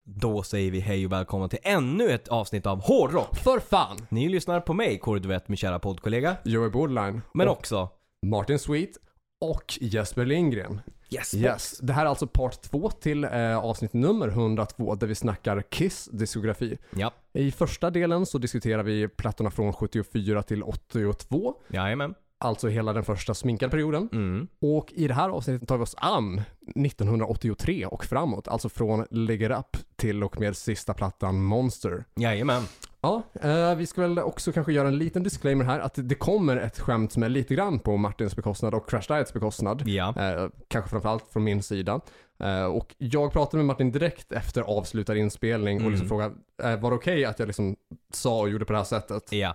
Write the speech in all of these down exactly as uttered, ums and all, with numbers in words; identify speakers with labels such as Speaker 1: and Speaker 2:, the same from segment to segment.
Speaker 1: Då säger vi hej och välkomna till ännu ett avsnitt av Hårdrock.
Speaker 2: För fan!
Speaker 1: Ni lyssnar på mig, Kåre Duett, min kära poddkollega.
Speaker 2: Joey Borderline.
Speaker 1: Men
Speaker 2: och
Speaker 1: också
Speaker 2: Martin Sweet och Jesper Lindgren.
Speaker 1: Yes,
Speaker 2: yes. Det här är alltså part två till eh, avsnitt nummer hundratvå där vi snackar Kiss diskografi.
Speaker 1: Ja.
Speaker 2: I första delen så diskuterar vi plattorna från sjuttiofyra till åttiotvå.
Speaker 1: Jajamän.
Speaker 2: Alltså hela den första sminkade perioden.
Speaker 1: Mm.
Speaker 2: Och i det här avsnittet tar vi oss an nittonhundraåttiotre och framåt. Alltså från Lick It Up till och med sista plattan Monster.
Speaker 1: Jajamän.
Speaker 2: Ja, eh, vi ska väl också kanske göra en liten disclaimer här att det kommer ett skämt som är lite grann på Martins bekostnad och Crash Diets bekostnad.
Speaker 1: Ja.
Speaker 2: Eh, kanske framförallt från min sida. Eh, och jag pratade med Martin direkt efter avslutad inspelning
Speaker 1: Mm.
Speaker 2: och liksom frågade, eh, var det okej okay att jag liksom sa och gjorde på det här sättet?
Speaker 1: Ja.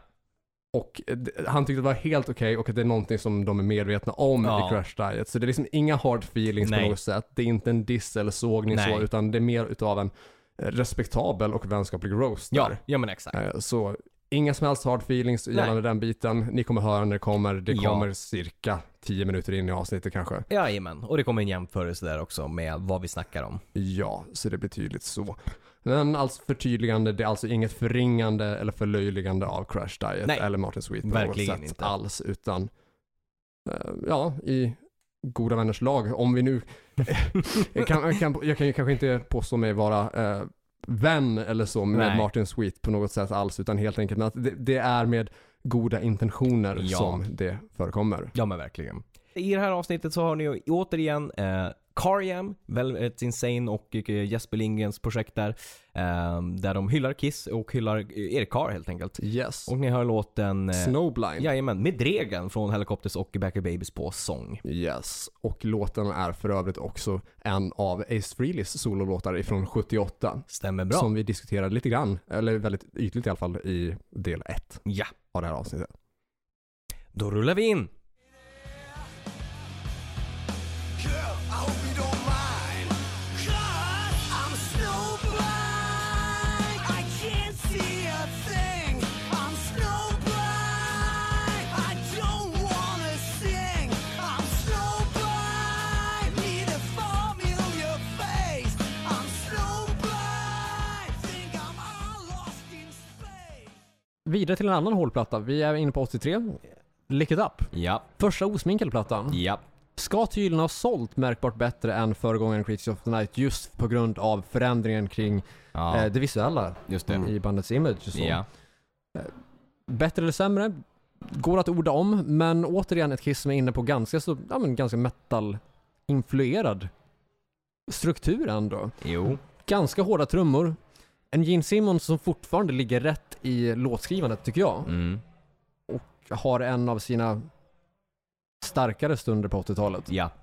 Speaker 2: Och eh, han tyckte det var helt okej okay och att det är någonting som de är medvetna om
Speaker 1: Ja.
Speaker 2: i Crash Diet. Så det är liksom inga hard feelings
Speaker 1: Nej.
Speaker 2: på något sätt. Det är inte en diss eller sågning
Speaker 1: Nej.
Speaker 2: så, utan det är mer utav en respektabel och vänskaplig roast
Speaker 1: Ja,
Speaker 2: där.
Speaker 1: ja men exakt.
Speaker 2: Eh, Så inga som helst hard feelings gällande den biten. Ni kommer höra när det kommer. Det
Speaker 1: Ja.
Speaker 2: kommer cirka tio minuter in i avsnittet kanske.
Speaker 1: Jajamän. Och det kommer en jämförelse där också med vad vi snackar om.
Speaker 2: Ja, så det blir tydligt så. Men alltså förtydligande, det är alltså inget förringande eller förlöjligande av Crash Diet
Speaker 1: Nej,
Speaker 2: eller Martin Sweet på
Speaker 1: verkligen
Speaker 2: något sätt
Speaker 1: inte.
Speaker 2: alls. Utan eh, ja, i goda vänners lag. Om vi nu... jag, kan, jag, kan, jag kan ju kanske inte påstå mig vara... Eh, vän eller så med
Speaker 1: Nej.
Speaker 2: Martin Sweet på något sätt alls, utan helt enkelt med att det, det är med goda intentioner
Speaker 1: Ja.
Speaker 2: som det förekommer.
Speaker 1: Ja men verkligen. I det här avsnittet så har ni återigen eh, Car Jam, Velvet Insane och eh, Jesper Lindgrens projekt där. Eh, där de hyllar Kiss och hyllar eh, Eric Carr helt enkelt.
Speaker 2: Yes.
Speaker 1: Och ni hör låten eh,
Speaker 2: Snowblind.
Speaker 1: jajamän, med Dregen från Helicopters och Backer Babies på sång.
Speaker 2: Yes. Och låten är för övrigt också en av Ace Frehleys sololåtar ifrån sjuttioåtta.
Speaker 1: Stämmer bra.
Speaker 2: Som vi diskuterade lite grann, eller väldigt ytligt i alla fall, i del ett
Speaker 1: Ja,
Speaker 2: av det här avsnittet.
Speaker 1: då rullar vi in.
Speaker 2: Vidare till en annan hålplatta. Vi är inne på åttiotre. Lick It Up.
Speaker 1: Ja,
Speaker 2: Första osminkade plattan.
Speaker 1: ja.
Speaker 2: Ska tydligen ha sålt märkbart bättre än föregångaren Creatures of the Night just på grund av förändringen kring
Speaker 1: Ja,
Speaker 2: eh, det visuella
Speaker 1: just det.
Speaker 2: i bandets image och så.
Speaker 1: Ja.
Speaker 2: Bättre eller sämre? Går att orda om, men återigen ett Kiss som är inne på ganska så, ja men ganska metal-influerad struktur ändå.
Speaker 1: Jo.
Speaker 2: Ganska hårda trummor. En Gene Simmons som fortfarande ligger rätt i låtskrivandet tycker jag.
Speaker 1: Mm.
Speaker 2: Har en av sina starkare stunder på åttiotalet.
Speaker 1: Ja.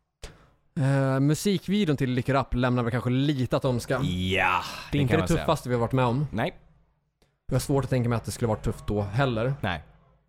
Speaker 2: Uh, musikvideon till Lick It Up lämnar väl kanske lite att önska.
Speaker 1: Ja.
Speaker 2: Det är inte
Speaker 1: kan
Speaker 2: det
Speaker 1: man säga.
Speaker 2: tuffaste vi har varit med om.
Speaker 1: Nej.
Speaker 2: Jag har svårt att tänka mig att det skulle vara tufft då heller.
Speaker 1: Nej.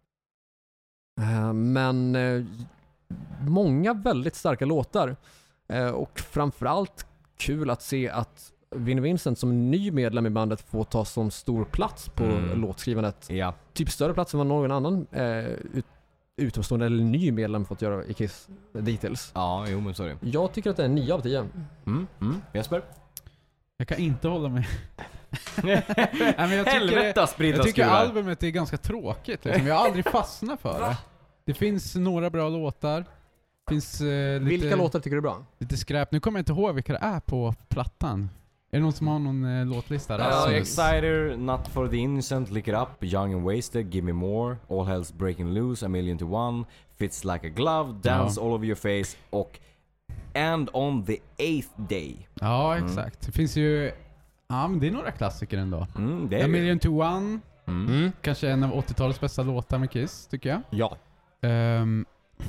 Speaker 2: Uh, men uh, många väldigt starka låtar. Uh, och framförallt kul att se att Vinnie Vincent som ny medlem i bandet får ta som stor plats på
Speaker 1: Mm.
Speaker 2: låtskrivandet.
Speaker 1: Ja.
Speaker 2: Typ större plats än vad någon annan uh, ut, utomstående eller ny medlem fått göra i Kiss dittills.
Speaker 1: Ja, jo men sorry.
Speaker 2: Jag tycker att det är nio av tio.
Speaker 1: Mm. Mm. Jesper?
Speaker 3: Jag kan inte hålla med. Nej, men jag tycker,
Speaker 1: Helvete spridda
Speaker 3: jag tycker
Speaker 1: skurar.
Speaker 3: albumet är ganska tråkigt. Liksom. Jag har aldrig fastnat för det. Det finns några bra låtar. Finns eh, lite,
Speaker 2: Vilka låtar tycker du är bra?
Speaker 3: lite skräp. Nu kommer jag inte ihåg vilka det är på plattan. Är det någon som har någon eh, låtlista där?
Speaker 1: Uh,
Speaker 3: Alltså,
Speaker 1: Exciter, Not for the Innocent, Lick It Up, Young and Wasted, Give Me More, All Hell's Breaking Loose, A Million to One, Fits Like a Glove, Dance
Speaker 3: Ja.
Speaker 1: All Over Your Face och And on the Eighth Day.
Speaker 3: ja, exakt. Det finns ju... Ja, men det är några klassiker ändå.
Speaker 1: Mm, det är
Speaker 3: A
Speaker 1: det.
Speaker 3: Million to One.
Speaker 1: Mm.
Speaker 2: Mm.
Speaker 3: Kanske en av åttiotalets bästa låtar med Kiss, tycker jag.
Speaker 2: Ja.
Speaker 3: Ehm,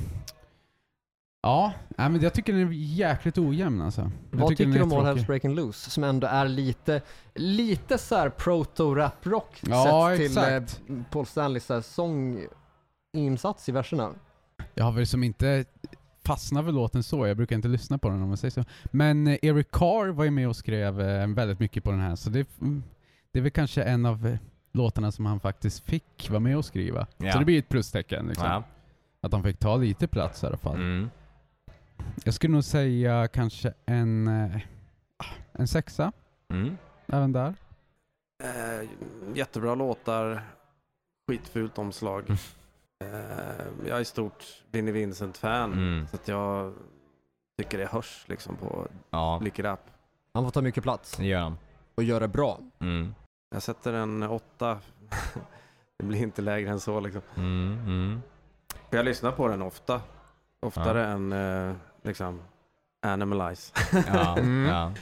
Speaker 3: ja, nej, men jag tycker den är jäkligt ojämn alltså. Jag
Speaker 2: Vad tycker
Speaker 3: den
Speaker 2: du
Speaker 3: är
Speaker 2: om All
Speaker 3: tråkig.
Speaker 2: Hell's Breaking Loose? Som ändå är lite lite så här proto-rap-rock
Speaker 3: Ja,
Speaker 2: sett till
Speaker 3: exakt.
Speaker 2: eh, Paul Stanleys så här sånginsats i verserna.
Speaker 3: Jag har väl som inte fastnat för låten så. Jag brukar inte lyssna på den om man säger så. Men eh, Eric Carr var ju med och skrev eh, väldigt mycket på den här. Så det, mm, det är väl kanske en av eh, låtarna som han faktiskt fick vara med och skriva.
Speaker 1: Ja.
Speaker 3: Så det blir ett plustecken liksom.
Speaker 1: Ja.
Speaker 3: Att han fick ta lite plats i alla fall.
Speaker 1: Mm.
Speaker 3: Jag skulle nog säga kanske en, eh, en sexa.
Speaker 1: Mm.
Speaker 3: Även där.
Speaker 4: Eh, jättebra låtar, skitfult omslag.
Speaker 1: Mm.
Speaker 4: Eh, jag är stort Vinnie Vincent-fan,
Speaker 1: Mm.
Speaker 4: så att jag tycker det hörs liksom på
Speaker 1: Ja,
Speaker 4: Lick It Up.
Speaker 2: Han får ta mycket plats
Speaker 1: det gör han.
Speaker 2: och göra det bra.
Speaker 1: Mm.
Speaker 4: Jag sätter en åtta. Det blir inte lägre än så liksom.
Speaker 1: Mm. Mm.
Speaker 4: För jag lyssnar på den ofta. Oftare än eh, liksom Animalize.
Speaker 1: Ja,
Speaker 2: Mm.
Speaker 1: ja.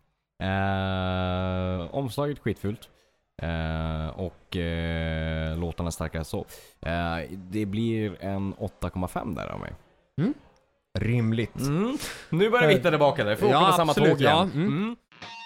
Speaker 1: Eh, omslaget skitfult. Eh, och eh, låtarna starkare så. Eh, det blir en åtta komma fem där av mig.
Speaker 2: Rimligt.
Speaker 1: Mm. Nu börjar vi hitta tillbaka där. Får
Speaker 2: Ja,
Speaker 1: åka på samma
Speaker 2: absolut,
Speaker 1: tåg igen.
Speaker 2: ja. Mm.
Speaker 1: Mm.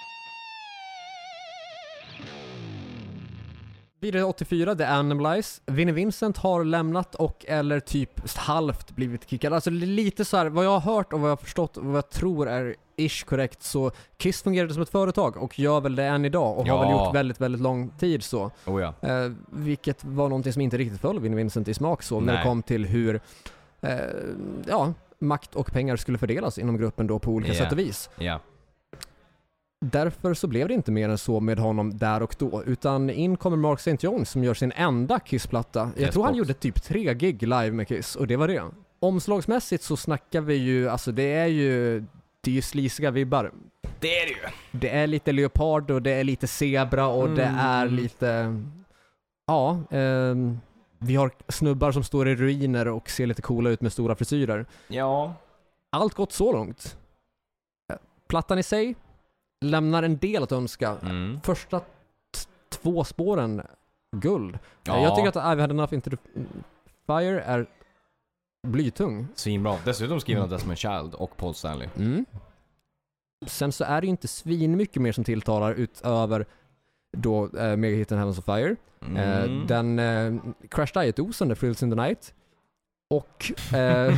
Speaker 2: Vidare åttiofyra, The Animalize. Vinnie Vincent har lämnat och eller typ halvt blivit kickad. Alltså lite så här, vad jag har hört och vad jag har förstått och vad jag tror är ish korrekt, så Kiss fungerade som ett företag och gör väl det än idag och
Speaker 1: Ja.
Speaker 2: har väl gjort väldigt, väldigt lång tid så.
Speaker 1: Oh ja.
Speaker 2: Eh, vilket var någonting som inte riktigt föll Vinnie Vincent i smak så när
Speaker 1: Nej.
Speaker 2: det kom till hur eh, ja, makt och pengar skulle fördelas inom gruppen då på olika
Speaker 1: Ja.
Speaker 2: sätt och vis.
Speaker 1: Ja.
Speaker 2: Därför så blev det inte mer än så med honom där och då, utan in kommer Mark Saint John som gör sin enda Kiss-platta. Jag
Speaker 1: Yes,
Speaker 2: tror han
Speaker 1: box.
Speaker 2: gjorde typ tre gig live med Kiss och det var det. Omslagsmässigt så snackar vi ju, alltså det är ju det är ju slisiga vibbar.
Speaker 1: Det är det ju.
Speaker 2: Det är lite leopard och det är lite zebra och
Speaker 1: Mm.
Speaker 2: det är lite ja, ehm, vi har snubbar som står i ruiner och ser lite coola ut med stora frisyrer.
Speaker 1: Ja.
Speaker 2: Allt gått så långt. Plattan i sig lämnar en del att önska.
Speaker 1: Mm.
Speaker 2: Första t- två spåren, guld.
Speaker 1: Ja.
Speaker 2: Jag tycker att I've had enough into the fire är blytung.
Speaker 1: Svinbra. Dessutom skriven av Desmond Child och Paul Stanley.
Speaker 2: Mm. Sen så är det ju inte svin mycket mer som tilltalar utöver då eh, megahitten Heavens of Fire.
Speaker 1: Mm.
Speaker 2: Eh, den eh, Crash Diet-osen, The Thrills in the Night. Och eh,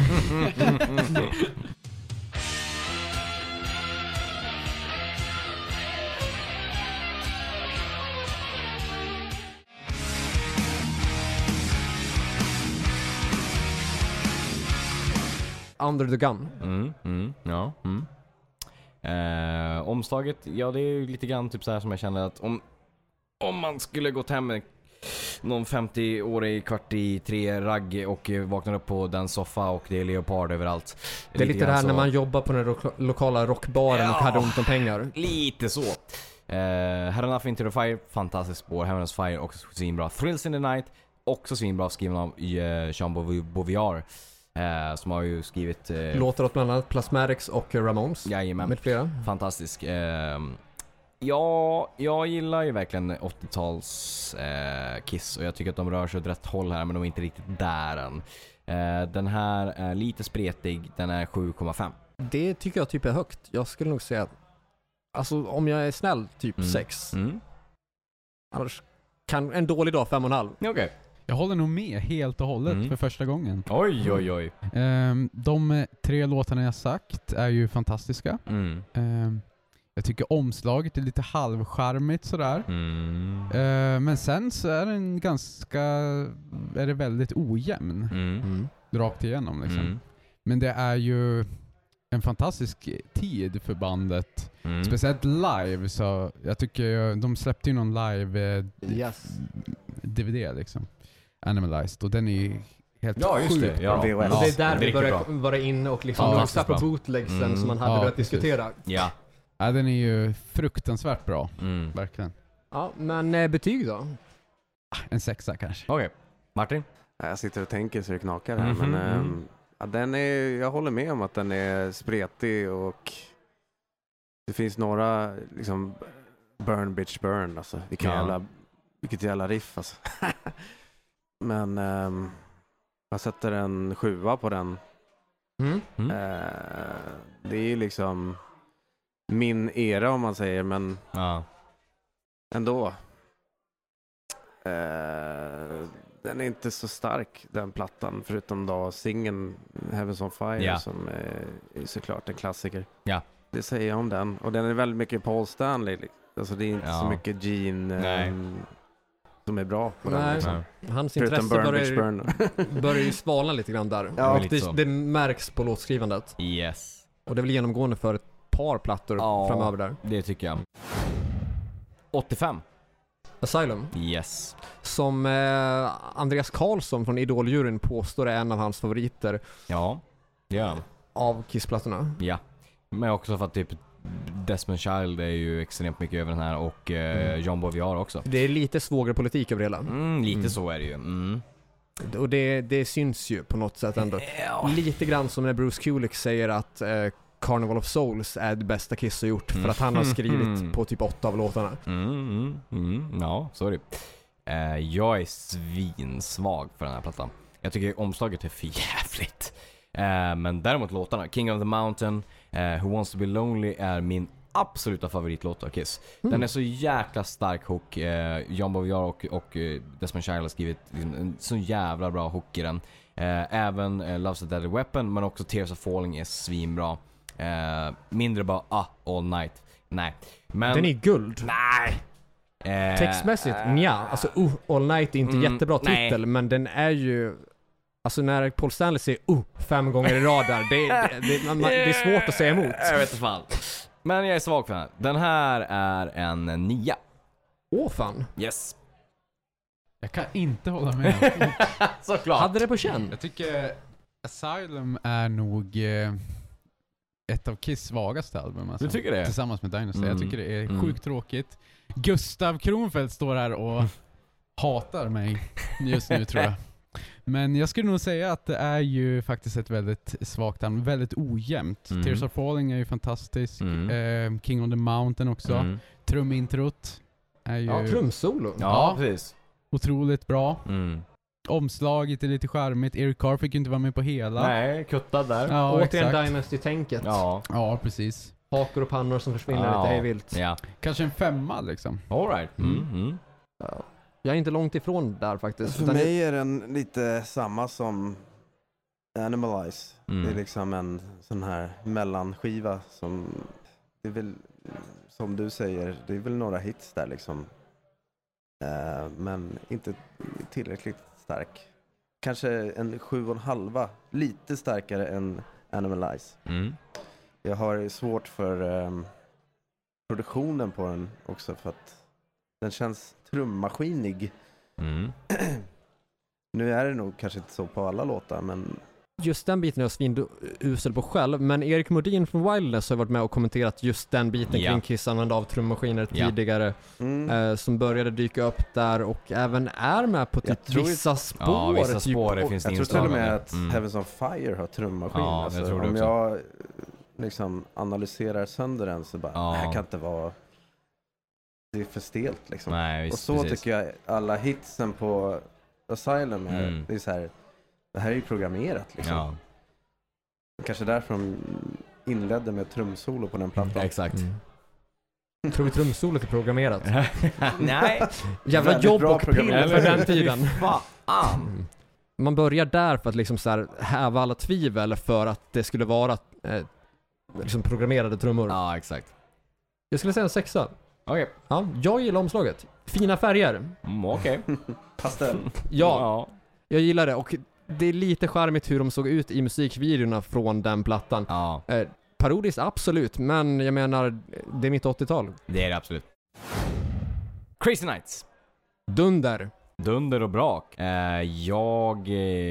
Speaker 2: Under the Gun.
Speaker 1: Mm, mm, ja. Mm. Eh, omslaget, ja det är ju lite grann typ så här som jag känner att om, om man skulle gått hem med någon femtio-årig kvart i tre ragg och eh, vaknar upp på den soffa och det är leopard överallt.
Speaker 2: Det är lite det
Speaker 1: grann
Speaker 2: här
Speaker 1: så-
Speaker 2: när man jobbar på den ro- lokala rockbaren
Speaker 1: Ja.
Speaker 2: och hade ont om pengar.
Speaker 1: Lite så. Eh, Had Enough Into the Fire, fantastiskt spår. Heaven's Fire, också svinbra. Thrills in the Night, också svinbra, skriven av eh, Jean Beauv- Beauvoir. Eh, som har ju skrivit... Eh,
Speaker 2: Låter åt bland annat Plasmatics och Ramones.
Speaker 1: Jajamän.
Speaker 2: Med flera.
Speaker 1: Fantastisk. Eh, ja, jag gillar ju verkligen åttio-tals eh, Kiss och jag tycker att de rör sig åt rätt håll här men de är inte riktigt där än. Eh, den här är lite spretig, den är sju komma fem.
Speaker 2: Det tycker jag typ är högt. Jag skulle nog säga, alltså om jag är snäll, typ
Speaker 1: Mm.
Speaker 2: sex.
Speaker 1: Mm.
Speaker 2: Annars kan en dålig dag fem och en halv.
Speaker 1: Okej. Okay.
Speaker 3: Jag håller nog med helt och hållet
Speaker 1: Mm.
Speaker 3: för första gången.
Speaker 1: Oj, oj, oj.
Speaker 3: Ehm, de tre låtarna jag sagt är ju fantastiska.
Speaker 1: Mm.
Speaker 3: Ehm, jag tycker omslaget är lite halvcharmigt sådär.
Speaker 1: Mm.
Speaker 3: Ehm, men sen så är den ganska, är det väldigt ojämn
Speaker 1: Mm.
Speaker 3: rakt igenom liksom.
Speaker 1: Mm.
Speaker 3: Men det är ju en fantastisk tid för bandet.
Speaker 1: Mm.
Speaker 3: Speciellt live, så jag tycker ju- de släppte ju någon live eh,
Speaker 2: Yes.
Speaker 3: D V D liksom. Animalized, och den är ju helt
Speaker 1: Ja, just
Speaker 3: sjukt
Speaker 1: det. Ja.
Speaker 3: bra.
Speaker 4: V H S.
Speaker 2: Och det är där
Speaker 1: det är
Speaker 2: vi
Speaker 1: riktigt
Speaker 2: börjar
Speaker 1: bra.
Speaker 2: vara inne och liksom
Speaker 3: Ja,
Speaker 2: lyssna på
Speaker 1: bra.
Speaker 2: bootlegsen
Speaker 1: Mm.
Speaker 2: som man hade
Speaker 3: Ja,
Speaker 2: börjat
Speaker 3: precis.
Speaker 2: diskutera.
Speaker 1: Ja.
Speaker 3: Ja, den är ju fruktansvärt bra,
Speaker 1: Mm.
Speaker 3: verkligen.
Speaker 2: Ja, men eh, betyg då?
Speaker 3: En sexa kanske.
Speaker 1: Okej. Martin?
Speaker 4: Ja, jag sitter och tänker så det knakar här.
Speaker 1: Mhm,
Speaker 4: Men
Speaker 1: mm.
Speaker 4: ehm, ja, den är, jag håller med om att den är spretig och det finns några liksom burn bitch burn. Alltså, vilken
Speaker 1: Ja.
Speaker 4: jävla, vilket jävla riff alltså. Men ehm, jag sätter en sjua på den.
Speaker 2: Mm.
Speaker 1: Mm.
Speaker 4: Eh, det är ju liksom min era om man säger, men
Speaker 1: Ja.
Speaker 4: ändå. Eh, den är inte så stark, den plattan, förutom då singeln Heavens on Fire
Speaker 1: Ja.
Speaker 4: som är, är såklart en klassiker.
Speaker 1: Ja.
Speaker 4: Det säger jag om den. Och den är väldigt mycket Paul Stanley. liksom. Alltså det är inte
Speaker 1: Ja.
Speaker 4: så mycket Gene
Speaker 1: Nej.
Speaker 4: ehm, som är bra på den.
Speaker 2: Nej.
Speaker 4: Liksom.
Speaker 2: Hans
Speaker 4: Förutom
Speaker 2: intresse
Speaker 4: Burn
Speaker 2: börjar
Speaker 4: Bitch
Speaker 2: ju,
Speaker 4: Burn.
Speaker 2: börjar ju svalna lite grann där.
Speaker 4: Ja,
Speaker 2: och
Speaker 1: lite så.
Speaker 2: det, det märks på låtskrivandet.
Speaker 1: Yes.
Speaker 2: Och det är väl genomgående för ett par plattor
Speaker 1: Ja.
Speaker 2: framöver där.
Speaker 1: Det tycker jag. åttiofem.
Speaker 2: Asylum.
Speaker 1: Yes.
Speaker 2: Som eh, Andreas Karlsson från Idol-juryn påstår är en av hans favoriter
Speaker 1: Ja, det gör han.
Speaker 2: av Kiss-plattorna.
Speaker 1: Ja. Men också för att typ Desmond Child är ju extremt mycket över den här och eh,
Speaker 2: Mm.
Speaker 1: John Bon Jovi också.
Speaker 2: Det är lite svågerpolitik över det hela.
Speaker 1: Mm, lite
Speaker 2: Mm.
Speaker 1: så är det ju. Mm.
Speaker 2: Och det, det syns ju på något sätt ändå.
Speaker 1: Ja.
Speaker 2: Lite grann som när Bruce Kulick säger att eh, Carnival of Souls är det bästa Kiss har gjort för att han har skrivit
Speaker 1: Mm.
Speaker 2: på typ åtta av låtarna.
Speaker 1: Mm, mm, mm, ja, sorry. Eh, jag är svinsvag för den här plattan. Jag tycker omslaget är för jävligt. Eh, men däremot låtarna, King of the Mountain, eh, Who Wants to Be Lonely är min absoluta favoritlåt av Kiss.
Speaker 2: Mm.
Speaker 1: Den är så jäkla stark hook. Eh, John Bon Jovi och, och eh, Desmond Child har skrivit liksom, en så jävla bra hook i den. Eh, även eh, Love's a Deadly Weapon, men också Tears of Falling är svinbra. Eh, mindre bara ah, All Night. Nej. Men,
Speaker 2: Den är guld.
Speaker 1: nej. Eh,
Speaker 2: Textmässigt,
Speaker 1: eh,
Speaker 2: nja. Alltså, uh, All Night är inte
Speaker 1: Mm,
Speaker 2: jättebra
Speaker 1: nej.
Speaker 2: titel, men den är ju... Alltså när Paul Stanley säger uh, fem gånger i rad där, det, det, det, man, det är svårt att säga emot.
Speaker 1: Jag vet inte fan. Men jag är svag för den här. Den här är en nia.
Speaker 2: Åh fan.
Speaker 1: Yes.
Speaker 3: Jag kan inte hålla med.
Speaker 1: Såklart.
Speaker 2: Hade det på känn?
Speaker 3: Jag tycker Asylum är nog eh, ett av Kiss svagaste album. Alltså.
Speaker 1: Du tycker det?
Speaker 3: Tillsammans med Dynasty.
Speaker 1: Mm.
Speaker 3: Jag tycker det är
Speaker 1: Mm.
Speaker 3: sjukt tråkigt. Gustav Kronfeldt står här och hatar mig just nu tror jag. Men jag skulle nog säga att det är ju faktiskt ett väldigt svagt album. Väldigt ojämnt.
Speaker 1: Mm.
Speaker 3: Tears of Falling är ju fantastisk.
Speaker 1: Mm.
Speaker 3: Eh, King on the Mountain också.
Speaker 1: Mm.
Speaker 3: Trumintrot är ju
Speaker 2: Ja, trumsolo.
Speaker 1: Ja,
Speaker 3: Ja.
Speaker 1: precis.
Speaker 3: otroligt bra.
Speaker 1: Mm.
Speaker 3: Omslaget är lite charmigt. Eric Carr fick ju inte vara med på hela.
Speaker 1: Nej, kuttad där. Ja.
Speaker 3: Ja,
Speaker 2: Återigen
Speaker 3: exakt.
Speaker 2: Dynasty-tänket.
Speaker 1: Ja.
Speaker 3: Ja, precis.
Speaker 2: Hakor och pannor som försvinner
Speaker 1: Ja.
Speaker 2: lite hej vilt.
Speaker 1: Ja.
Speaker 3: Kanske en femma liksom.
Speaker 1: All right. Mm.
Speaker 3: Mm.
Speaker 1: Mm.
Speaker 2: Ja. Jag är inte långt ifrån där faktiskt.
Speaker 4: För
Speaker 2: Utan
Speaker 4: mig är den lite samma som Animalize.
Speaker 1: Mm.
Speaker 4: Det är liksom en sån här mellanskiva som, det är väl, som du säger, det är väl några hits där liksom. Eh, men inte tillräckligt stark. Kanske en sju och en halva, lite starkare än Animalize.
Speaker 1: Mm.
Speaker 4: Jag har svårt för ehm, produktionen på den också för att den känns trummaskinig.
Speaker 1: Mm.
Speaker 4: Nu är det nog kanske inte så på alla låtar, men
Speaker 2: just den biten är jag svinusel på själv, men Erik Modin från Wildness har varit med och kommenterat just den biten
Speaker 1: Ja.
Speaker 2: kring Kiss använda av trummaskiner
Speaker 1: Ja.
Speaker 2: tidigare,
Speaker 4: mm.
Speaker 2: eh, som började dyka upp där och även är med på typ
Speaker 4: Jag tror
Speaker 2: vissa spår.
Speaker 1: Ja, vissa
Speaker 2: typ,
Speaker 1: spår det
Speaker 2: och-
Speaker 1: finns
Speaker 4: jag tror till
Speaker 1: inslag
Speaker 4: och
Speaker 1: av
Speaker 4: med
Speaker 1: det.
Speaker 4: att
Speaker 1: Mm.
Speaker 4: Heavens on Fire har trummaskin.
Speaker 1: Ja, jag
Speaker 4: alltså,
Speaker 1: tror det
Speaker 4: om
Speaker 1: också.
Speaker 4: jag liksom analyserar sönder den så bara,
Speaker 1: Ja.
Speaker 4: det här kan inte vara, det är för stelt liksom.
Speaker 1: Nej, visst,
Speaker 4: och så
Speaker 1: precis.
Speaker 4: tycker jag alla hitsen på Asylum är,
Speaker 1: Mm.
Speaker 4: det är så här, det här är ju programmerat liksom.
Speaker 1: Ja,
Speaker 4: Kanske därför de inledde med trumsolo på den plattan.
Speaker 1: exakt.
Speaker 2: Mm. Tror vi trumsolot är programmerat?
Speaker 1: Nej.
Speaker 2: Jävla
Speaker 4: Väldigt
Speaker 2: jobb
Speaker 4: bra
Speaker 2: och pill
Speaker 4: programmerat.
Speaker 2: för den tiden.
Speaker 1: Fan.
Speaker 2: Mm. Man börjar där för att liksom så här häva alla tvivel för att det skulle vara eh, liksom programmerade trummor.
Speaker 1: Ja, exakt.
Speaker 2: Jag skulle säga en sexa.
Speaker 1: Okej.
Speaker 2: Ja, jag gillar omslaget. Fina färger.
Speaker 1: Mm, okej.
Speaker 4: Pastell.
Speaker 2: Ja, jag gillar det. Och det är lite charmigt hur de såg ut i musikvideorna från den plattan.
Speaker 1: Ja,
Speaker 2: Eh, parodiskt, absolut. Men jag menar, det är mitt åttiotal.
Speaker 1: det är det absolut. Crazy Nights.
Speaker 2: Dunder.
Speaker 1: Dunder och brak. Eh, jag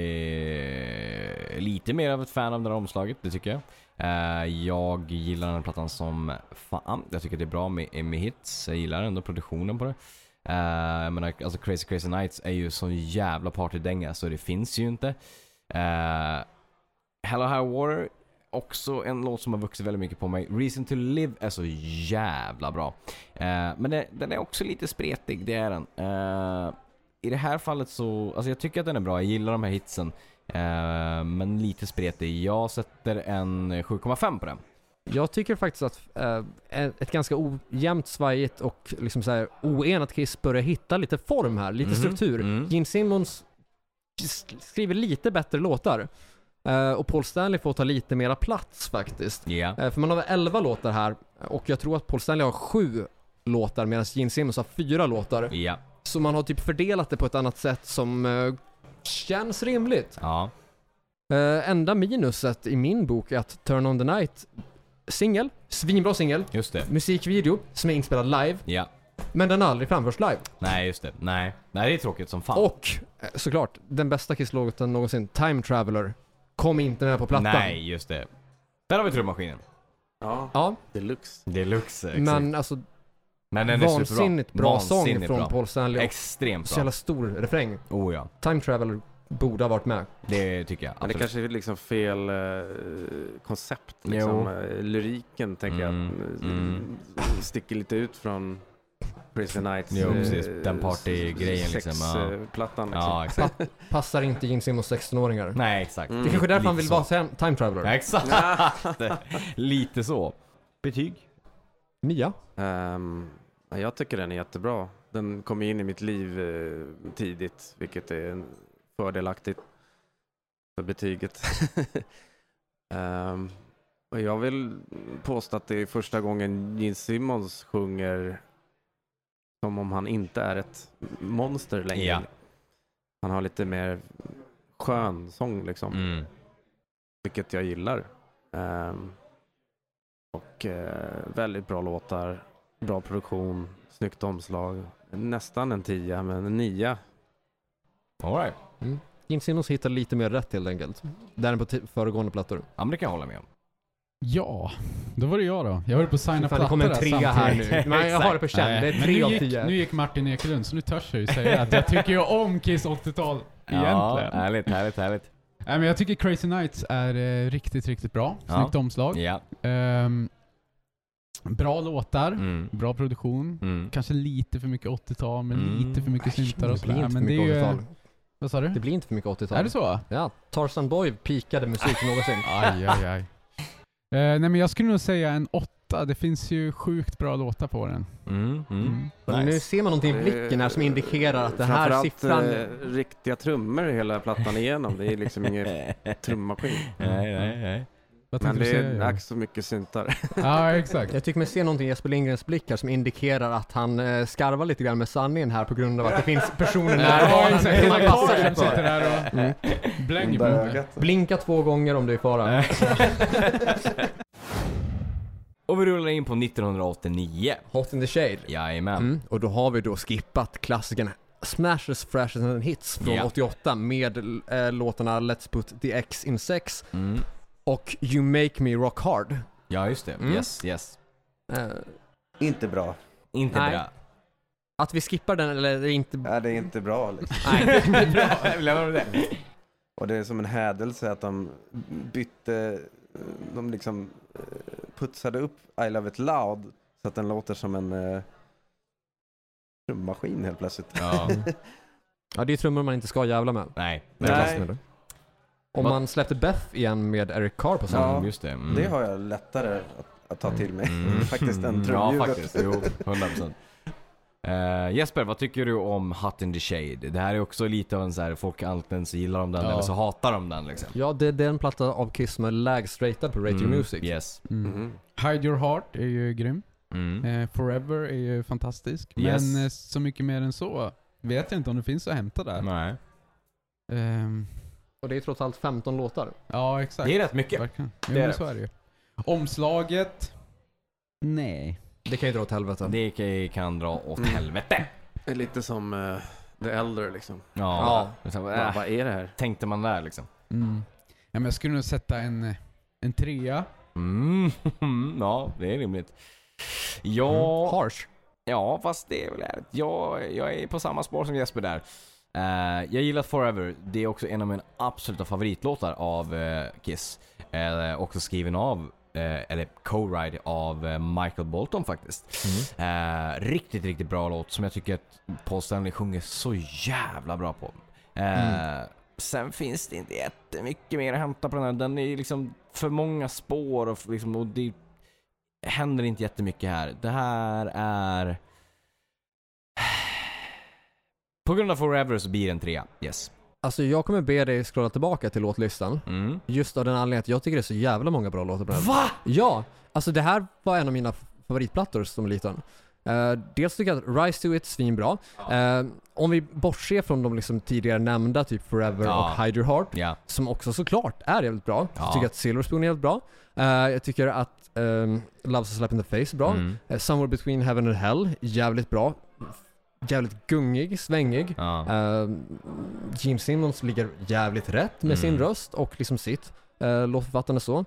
Speaker 1: är lite mer av ett fan av det här omslaget, det tycker jag. Eh, jag gillar den här plattan som fan. Jag tycker det är bra med, med hits. Jag gillar ändå produktionen på det. Eh, jag menar, alltså Crazy Crazy Nights är ju sån jävla partydänga så det finns ju inte. Eh, Hello High Water, också en låt som har vuxit väldigt mycket på mig. Reason to Live är så jävla bra. Eh, men det, den är också lite spretig, det är den. Eh, I det här fallet så, alltså jag tycker att den är bra, jag gillar de här hitsen. Eh, men lite spretig. Jag sätter en sju komma fem på den.
Speaker 2: Jag tycker faktiskt att eh, ett ganska ojämnt, svajigt och liksom så här oenat Kiss börjar hitta lite form här, lite
Speaker 1: Mhm.
Speaker 2: struktur.
Speaker 1: Mm.
Speaker 2: Gene Simmons skriver lite bättre låtar. Eh, och Paul Stanley får ta lite mera plats faktiskt.
Speaker 1: Ja.
Speaker 2: Eh, för man har elva låtar här och jag tror att Paul Stanley har sju låtar medan Gene Simmons har fyra låtar.
Speaker 1: Ja.
Speaker 2: Så man har typ fördelat det på ett annat sätt som eh, känns rimligt.
Speaker 1: Ja.
Speaker 2: Eh, enda minuset i min bok är att Turn on the Night singel, svinbra singel,
Speaker 1: Just det.
Speaker 2: musikvideo som är inspelad live,
Speaker 1: Ja.
Speaker 2: Men den har aldrig framförts live.
Speaker 1: Nej, just det. Nej, Nej det är tråkigt som fan.
Speaker 2: Och eh, såklart, den bästa Kiss-låten någonsin, Time Traveler, kom inte med på plattan.
Speaker 1: Nej, just det. Där har vi trummaskinen.
Speaker 4: Ja,
Speaker 2: Ja,
Speaker 4: deluxe.
Speaker 1: Deluxe, exakt.
Speaker 2: men alltså
Speaker 1: Men den är
Speaker 2: vansinnigt
Speaker 1: superbra.
Speaker 2: bra sång
Speaker 1: Vansinnigt
Speaker 2: från
Speaker 1: bra.
Speaker 2: Paul Stanley. Och
Speaker 1: Extremt
Speaker 2: så
Speaker 1: bra.
Speaker 2: jävla stor refräng.
Speaker 1: Oh ja,
Speaker 2: Time Traveler borde ha varit med.
Speaker 1: det tycker jag.
Speaker 4: Men det
Speaker 1: absolut.
Speaker 4: kanske är liksom fel eh, koncept. Liksom. Eh, Lyriken tänker
Speaker 1: Mm,
Speaker 4: jag
Speaker 1: mm.
Speaker 4: eh, sticker lite ut från Crazy Nights.
Speaker 1: Jo, precis. Den partygrejen liksom, ja.
Speaker 4: Sexplattan liksom.
Speaker 1: Ja, exakt.
Speaker 2: Pa- passar inte Gene Simmons sexton-åringar.
Speaker 1: Nej, exakt.
Speaker 4: Mm.
Speaker 2: Det är kanske är därför han
Speaker 1: Lite
Speaker 2: vill
Speaker 1: så.
Speaker 2: vara sen- Time Traveler.
Speaker 1: Ja, exakt. Lite så. Betyg?
Speaker 2: Nia.
Speaker 4: Ehm, ja, jag tycker den är jättebra. Den kom in i mitt liv eh, tidigt, vilket är en fördelaktigt för betyget. Ehm, och jag vill påstå att det är första gången Gene Simmons sjunger som om han inte är ett monster längre.
Speaker 1: Ja.
Speaker 4: Han har lite mer skön sång liksom,
Speaker 1: Mm.
Speaker 4: vilket jag gillar. Ehm, och eh, väldigt bra låtar, bra produktion, snyggt omslag. Nästan en tia, men en nia.
Speaker 1: All right.
Speaker 2: Gene Simmons hittar lite mer rätt helt enkelt. Där än på t- föregående plattor.
Speaker 1: Ja, men det kan jag hålla med om.
Speaker 3: Ja, då var det jag då. Jag var på att signa
Speaker 2: Fan, det
Speaker 3: plattor
Speaker 2: kommer en
Speaker 3: där
Speaker 2: trea här
Speaker 3: samtidigt.
Speaker 2: nu. Men jag har det på känn. Det är
Speaker 3: Men
Speaker 2: tre
Speaker 3: nu
Speaker 2: av
Speaker 3: gick,
Speaker 2: tio.
Speaker 3: nu gick Martin Ekelund, så nu törs jag ju säga att jag tycker ju om Kiss åttiotal egentligen.
Speaker 1: Ja, härligt, härligt, härligt.
Speaker 3: Nej, men jag tycker Crazy Nights är eh, riktigt, riktigt bra.
Speaker 1: Ja.
Speaker 3: Snyggt omslag.
Speaker 1: Ja.
Speaker 3: Ehm, bra låtar,
Speaker 1: Mm.
Speaker 3: bra produktion.
Speaker 1: Mm.
Speaker 3: Kanske lite för mycket åttiotal, men
Speaker 1: Mm.
Speaker 3: lite för mycket syntar och
Speaker 2: Det blir
Speaker 3: sådär.
Speaker 2: inte för
Speaker 3: Men det är
Speaker 2: mycket
Speaker 3: ju...
Speaker 2: åttiotal.
Speaker 3: Vad sa du?
Speaker 2: Det blir inte för mycket åttiotal.
Speaker 3: Är det så?
Speaker 2: Ja, Tarzan Boy pikade musik någonsin.
Speaker 3: Aj, aj, aj. Eh, nej, men jag skulle nog säga en åtta. Det finns ju sjukt bra låtar på den.
Speaker 1: Mm. Mm.
Speaker 3: Mm.
Speaker 2: Och Nu
Speaker 1: Nice.
Speaker 2: ser man någonting i blicken här som indikerar att den här
Speaker 4: Framförallt,
Speaker 2: siffran...
Speaker 4: eh, riktiga trummor hela plattan igenom. Det är liksom ingen trummaskin.
Speaker 1: Nej, nej, nej.
Speaker 3: Vad
Speaker 4: Men
Speaker 3: tänkte
Speaker 4: det
Speaker 3: du
Speaker 4: är
Speaker 3: säga?
Speaker 4: ack så mycket syntar.
Speaker 3: Ja, exakt.
Speaker 2: Jag tycker mig se någonting i Jesper Lindgrens blick här som indikerar att han eh, skarvar lite grann med sanningen här på grund av att det finns personer
Speaker 3: Ja,
Speaker 2: närvarande
Speaker 3: exakt.
Speaker 2: som man
Speaker 3: Hela
Speaker 2: passar
Speaker 3: karen
Speaker 2: sig
Speaker 3: sitter
Speaker 2: för.
Speaker 3: där och
Speaker 2: Mm.
Speaker 3: blänger på mig.
Speaker 2: Blinka två gånger om det är fara.
Speaker 1: Och vi rullar in på nittonhundraåttionio.
Speaker 2: Hot in the shade.
Speaker 1: Jajamän.
Speaker 2: Mm. Och då har vi då skippat klassikern Smashes, Thrashes and Hits från
Speaker 1: Ja.
Speaker 2: åttioåtta med äh, låtarna Let's Put the X in Sex
Speaker 1: Mm.
Speaker 2: och You Make Me Rock Hard.
Speaker 1: Ja, just det.
Speaker 2: Mm.
Speaker 1: Yes, yes.
Speaker 2: Eh,
Speaker 4: Inte bra.
Speaker 1: Inte
Speaker 2: Nej.
Speaker 1: bra.
Speaker 2: att vi skippar den eller är det inte...
Speaker 4: Ja, det är inte bra liksom.
Speaker 2: Nej.
Speaker 1: Lämnar du det?
Speaker 4: Och det är som en hädelse att de bytte, de liksom eh, putsade upp I Love It Loud så att den låter som en eh, trummaskin helt plötsligt.
Speaker 1: Ja.
Speaker 2: Ja, det är trummor man inte ska jävla med.
Speaker 1: Nej.
Speaker 2: Det är
Speaker 4: Nej.
Speaker 2: klassen, eller? Om
Speaker 1: Va?
Speaker 2: man släppte Beth igen med Eric Carr på scenen.
Speaker 4: Ja.
Speaker 1: Mm, just det. Mm.
Speaker 4: Det har jag lättare att, att ta till mig.
Speaker 1: Mm.
Speaker 4: Faktiskt en
Speaker 1: Ja,
Speaker 4: trumljudet.
Speaker 1: faktiskt. Jo, hundra procent. Uh, Jesper, vad tycker du om Hot in the Shade? Det här är också lite av en så här, folk antingen så gillar de den
Speaker 3: Ja.
Speaker 1: eller så hatar de den liksom.
Speaker 2: Ja, det är den platta av Kiss som är lägst ratad på Radio
Speaker 1: Mm,
Speaker 2: Music.
Speaker 1: Yes.
Speaker 3: Mm.
Speaker 4: Mhm.
Speaker 3: Hide Your Heart är ju grym.
Speaker 1: Mm.
Speaker 3: Eh, Forever är ju fantastisk.
Speaker 1: Yes.
Speaker 3: Men eh, så mycket mer än så vet jag inte om det finns att hämta där.
Speaker 1: Nej.
Speaker 3: Ehm,
Speaker 2: Och det är trots allt femton låtar.
Speaker 3: ja, exakt.
Speaker 1: Det är rätt mycket.
Speaker 3: Verkligen. Jo,
Speaker 1: Det är
Speaker 3: men
Speaker 1: det.
Speaker 3: så är det ju. Omslaget? Nej.
Speaker 2: Det kan ju dra åt helvete.
Speaker 1: Det kan- kan dra åt
Speaker 4: Mm.
Speaker 1: helvete.
Speaker 4: Det är lite som eh, The Elder liksom.
Speaker 1: Ja. Liksom,
Speaker 4: Vad,
Speaker 1: äh,
Speaker 4: vad är det här?
Speaker 1: tänkte man där liksom.
Speaker 3: Mm. Ja, men jag skulle nog sätta en, eh, en trea.
Speaker 1: Mm. Ja, det är rimligt. Ja,
Speaker 2: Mm. Harsh.
Speaker 1: ja, fast det är väl ärligt. Jag, jag är på samma spår som Jesper där. Eh, jag gillar Forever. Det är också en av mina absoluta favoritlåtar av eh, Kiss. Eh, också skriven av Eh, eller co-ride av eh, Michael Bolton faktiskt.
Speaker 2: Mm.
Speaker 1: Eh, riktigt, riktigt bra låt som jag tycker att Paul Stanley sjunger så jävla bra på. Eh,
Speaker 2: Mm.
Speaker 1: Sen finns det inte jättemycket mer att hämta på den här. Den är liksom för många spår och, liksom, och det händer inte jättemycket här. Det här är... På grund av Forever så blir det en trea. Yes.
Speaker 2: Alltså jag kommer be dig scrolla tillbaka till låtlistan.
Speaker 1: Mm.
Speaker 2: Just av den anledningen att jag tycker det är så jävla många bra låtar på den.
Speaker 1: Va?
Speaker 2: Ja, alltså det här var en av mina favoritplattor som liten. Uh, dels tycker jag att Rise to It är svinbra. Uh, om vi bortser från de liksom tidigare nämnda, typ Forever
Speaker 1: Ja.
Speaker 2: och Hide Your Heart,
Speaker 1: Ja.
Speaker 2: som också såklart är jävligt bra.
Speaker 1: Ja.
Speaker 2: Så tycker jag att Silver Spoon är jävligt bra. Uh, jag tycker att um, Love's a Slap in the Face är bra.
Speaker 1: Mm.
Speaker 2: Uh, Somewhere Between Heaven and Hell, jävligt bra. Jävligt gungig, svängig.
Speaker 1: Ja.
Speaker 2: Uh, Gene Simmons ligger jävligt rätt med
Speaker 1: Mm.
Speaker 2: sin röst och liksom sitt. Uh, låtförfattande så.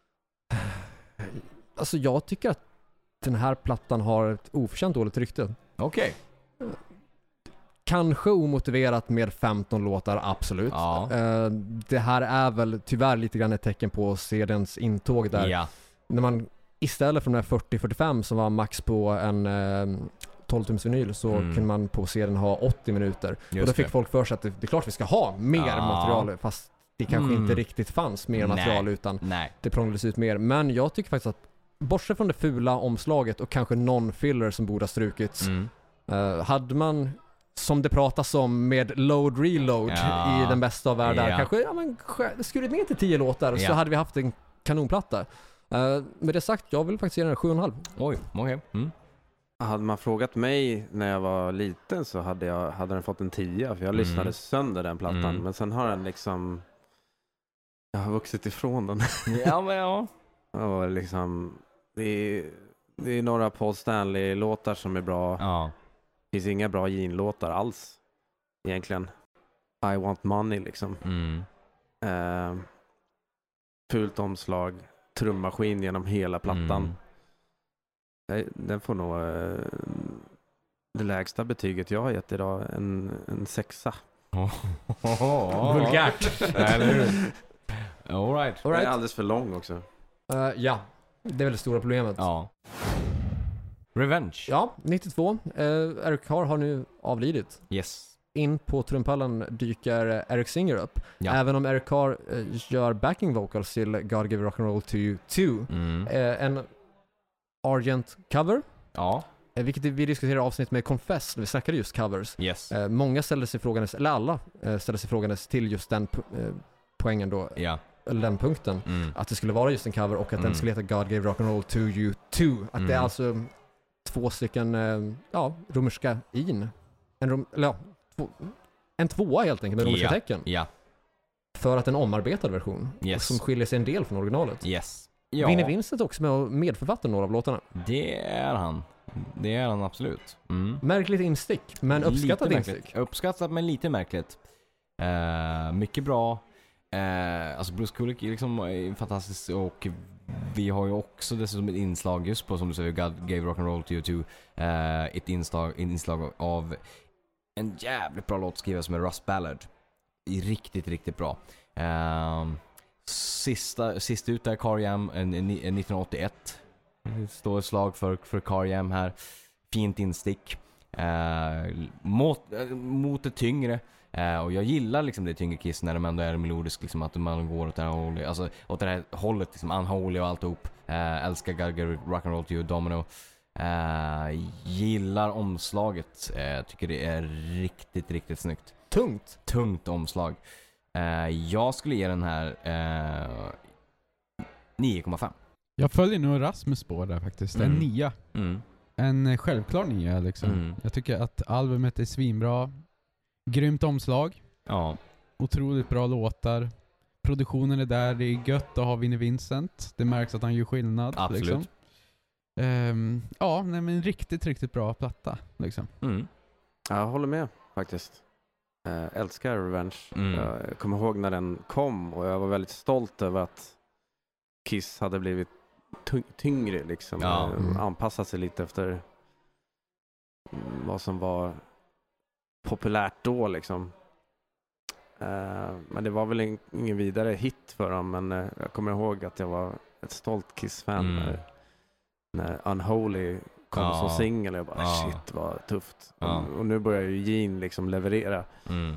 Speaker 2: Alltså jag tycker att den här plattan har ett oförtjänt dåligt rykte.
Speaker 1: Okej.
Speaker 2: Kanske omotiverat med femton låtar, absolut.
Speaker 1: Ja.
Speaker 2: Uh, det här är väl tyvärr lite grann ett tecken på sedens intåg där.
Speaker 1: Ja.
Speaker 2: När man istället för de här fyrtio fyrtiofem som var max på en uh, tolv-tums vinyl så
Speaker 1: Mm.
Speaker 2: kunde man på serien ha åttio minuter.
Speaker 1: Just
Speaker 2: och då fick
Speaker 1: det.
Speaker 2: folk för sig att det, det är klart vi ska ha mer
Speaker 1: Ja.
Speaker 2: material, fast det kanske
Speaker 1: Mm.
Speaker 2: inte riktigt fanns mer
Speaker 1: Nej.
Speaker 2: material utan
Speaker 1: Nej.
Speaker 2: det prånglades ut mer. Men jag tycker faktiskt att bortsett från det fula omslaget och kanske någon filler som borde ha strukits,
Speaker 1: Mm.
Speaker 2: uh, hade man, som det pratas om med load reload
Speaker 1: Ja.
Speaker 2: i den bästa av världar,
Speaker 1: Ja.
Speaker 2: kanske ja, men, sk- skurit ner till tio låtar så
Speaker 1: Ja.
Speaker 2: hade vi haft en kanonplatta. Uh, med det sagt, jag vill faktiskt ge den sju komma fem.
Speaker 1: Oj, okej. Mm.
Speaker 4: Hade man frågat mig när jag var liten så hade, jag, hade den fått en tia, för jag
Speaker 1: Mm.
Speaker 4: lyssnade sönder den plattan.
Speaker 1: Mm.
Speaker 4: Men sen har den liksom, jag har vuxit ifrån den.
Speaker 1: Ja, men ja.
Speaker 4: Och liksom, det är, det är några Paul Stanley-låtar som är bra.
Speaker 1: Ja.
Speaker 4: Det finns inga bra Gene-låtar alls egentligen. I Want Money liksom.
Speaker 1: Mm.
Speaker 4: Eh, fult omslag, trummaskin genom hela plattan.
Speaker 1: Mm.
Speaker 4: Nej, den får nog eh, det lägsta betyget jag har gett idag, en, en sexa.
Speaker 2: Vulgärt.
Speaker 1: Eller hur? All right.
Speaker 2: All
Speaker 4: Den är
Speaker 2: right.
Speaker 4: alldeles för lång också.
Speaker 2: Uh, ja, det är väl det stora problemet.
Speaker 1: Ja. Revenge.
Speaker 2: Ja, nittiotvå. Uh, Eric Carr har nu avlidit.
Speaker 1: Yes.
Speaker 2: In på trumpallen dyker Eric Singer upp.
Speaker 1: Ja.
Speaker 2: Även om Eric Carr uh, gör backing vocals till God Give Rock'n'Roll to You två.
Speaker 1: Mm.
Speaker 2: Uh, en Argent-cover.
Speaker 1: Ja.
Speaker 2: Uh, vilket vi diskuterade i avsnitt med Confess när vi snackade just covers.
Speaker 1: Yes.
Speaker 2: Uh, många ställde sig frågandes, eller alla uh, ställde sig frågandes till just den po- uh, poängen då,
Speaker 1: Ja.
Speaker 2: eller den punkten.
Speaker 1: Mm.
Speaker 2: Att det skulle vara just en cover och att
Speaker 1: Mm.
Speaker 2: den skulle heta God Gave Rock'n'Roll to You två. Att
Speaker 1: Mm.
Speaker 2: det är alltså två stycken, eh, ja, romerska in. En, rom, eller, ja, två, en tvåa helt enkelt med romerska
Speaker 1: Ja.
Speaker 2: tecken.
Speaker 1: Ja.
Speaker 2: För att en omarbetad version.
Speaker 1: Yes.
Speaker 2: Som skiljer sig en del från originalet.
Speaker 1: Yes. Ja.
Speaker 2: Vinnie Vincent också med och medförfattar några av låtarna.
Speaker 1: Det är han. Det är han absolut. Mm.
Speaker 2: Märkligt instick, men uppskattat
Speaker 1: Lite
Speaker 2: instick.
Speaker 1: märkligt. Uppskattat men lite märkligt. Uh, mycket bra. Uh, alltså Bruce Kulick är liksom är fantastisk, och vi har ju också dessutom ett inslag just på, som du säger, God Gave Rock'n'Roll to You två. Uh, ett inslag, inslag av en jävligt bra låtskrivare som är Russ Ballard. Är riktigt, riktigt bra. Uh, sista, sist ut där Car Jam en, en, en nittonhundraåttioett. Det står ett slag för, för Car Jam här. Fint instick. Uh, mot, uh, mot det tyngre. Uh, och jag gillar liksom det tyngre Kiss när de ändå är melodisk, liksom, att man går åt det här hållet, alltså åt det här hållet, liksom Unholy och alltihop. Uh, älskar God Gave Rock'n'Roll to You, Domino. Uh, gillar omslaget. Uh, tycker det är riktigt, riktigt snyggt.
Speaker 2: Tungt.
Speaker 1: Tungt omslag. Uh, jag skulle ge den här uh, nio komma fem.
Speaker 3: Jag följer nog Rasmus spår där faktiskt. En
Speaker 1: Mm.
Speaker 3: nia.
Speaker 1: Mm.
Speaker 3: En eh, självklar nia liksom.
Speaker 1: Mm.
Speaker 3: Jag tycker att albumet är svinbra. Grymt omslag.
Speaker 1: Ja.
Speaker 3: Otroligt bra låtar. Produktionen är där. Det är gött att ha Vinnie Vincent. Det märks att han gör skillnad.
Speaker 1: Absolut.
Speaker 3: Liksom. Ehm, ja, nej, men riktigt, riktigt bra platta. Liksom.
Speaker 1: Mm.
Speaker 4: Jag håller med faktiskt. Äh, älskar Revenge.
Speaker 1: Mm.
Speaker 4: Jag kommer ihåg när den kom och jag var väldigt stolt över att Kiss hade blivit ty- tyngre liksom.
Speaker 1: Ja.
Speaker 4: Äh,
Speaker 2: Mm.
Speaker 4: anpassat sig lite efter mm, vad som var populärt då liksom. Äh, men det var väl in- ingen vidare hit för dem, men äh, jag kommer ihåg att jag var ett stolt Kiss-fan
Speaker 1: Mm.
Speaker 4: när, när Unholy kom
Speaker 1: Ja.
Speaker 4: som singel. Jag bara
Speaker 1: Ja.
Speaker 4: shit vad tufft.
Speaker 1: Ja.
Speaker 4: Och, och nu börjar ju Gene liksom leverera.
Speaker 1: Mm.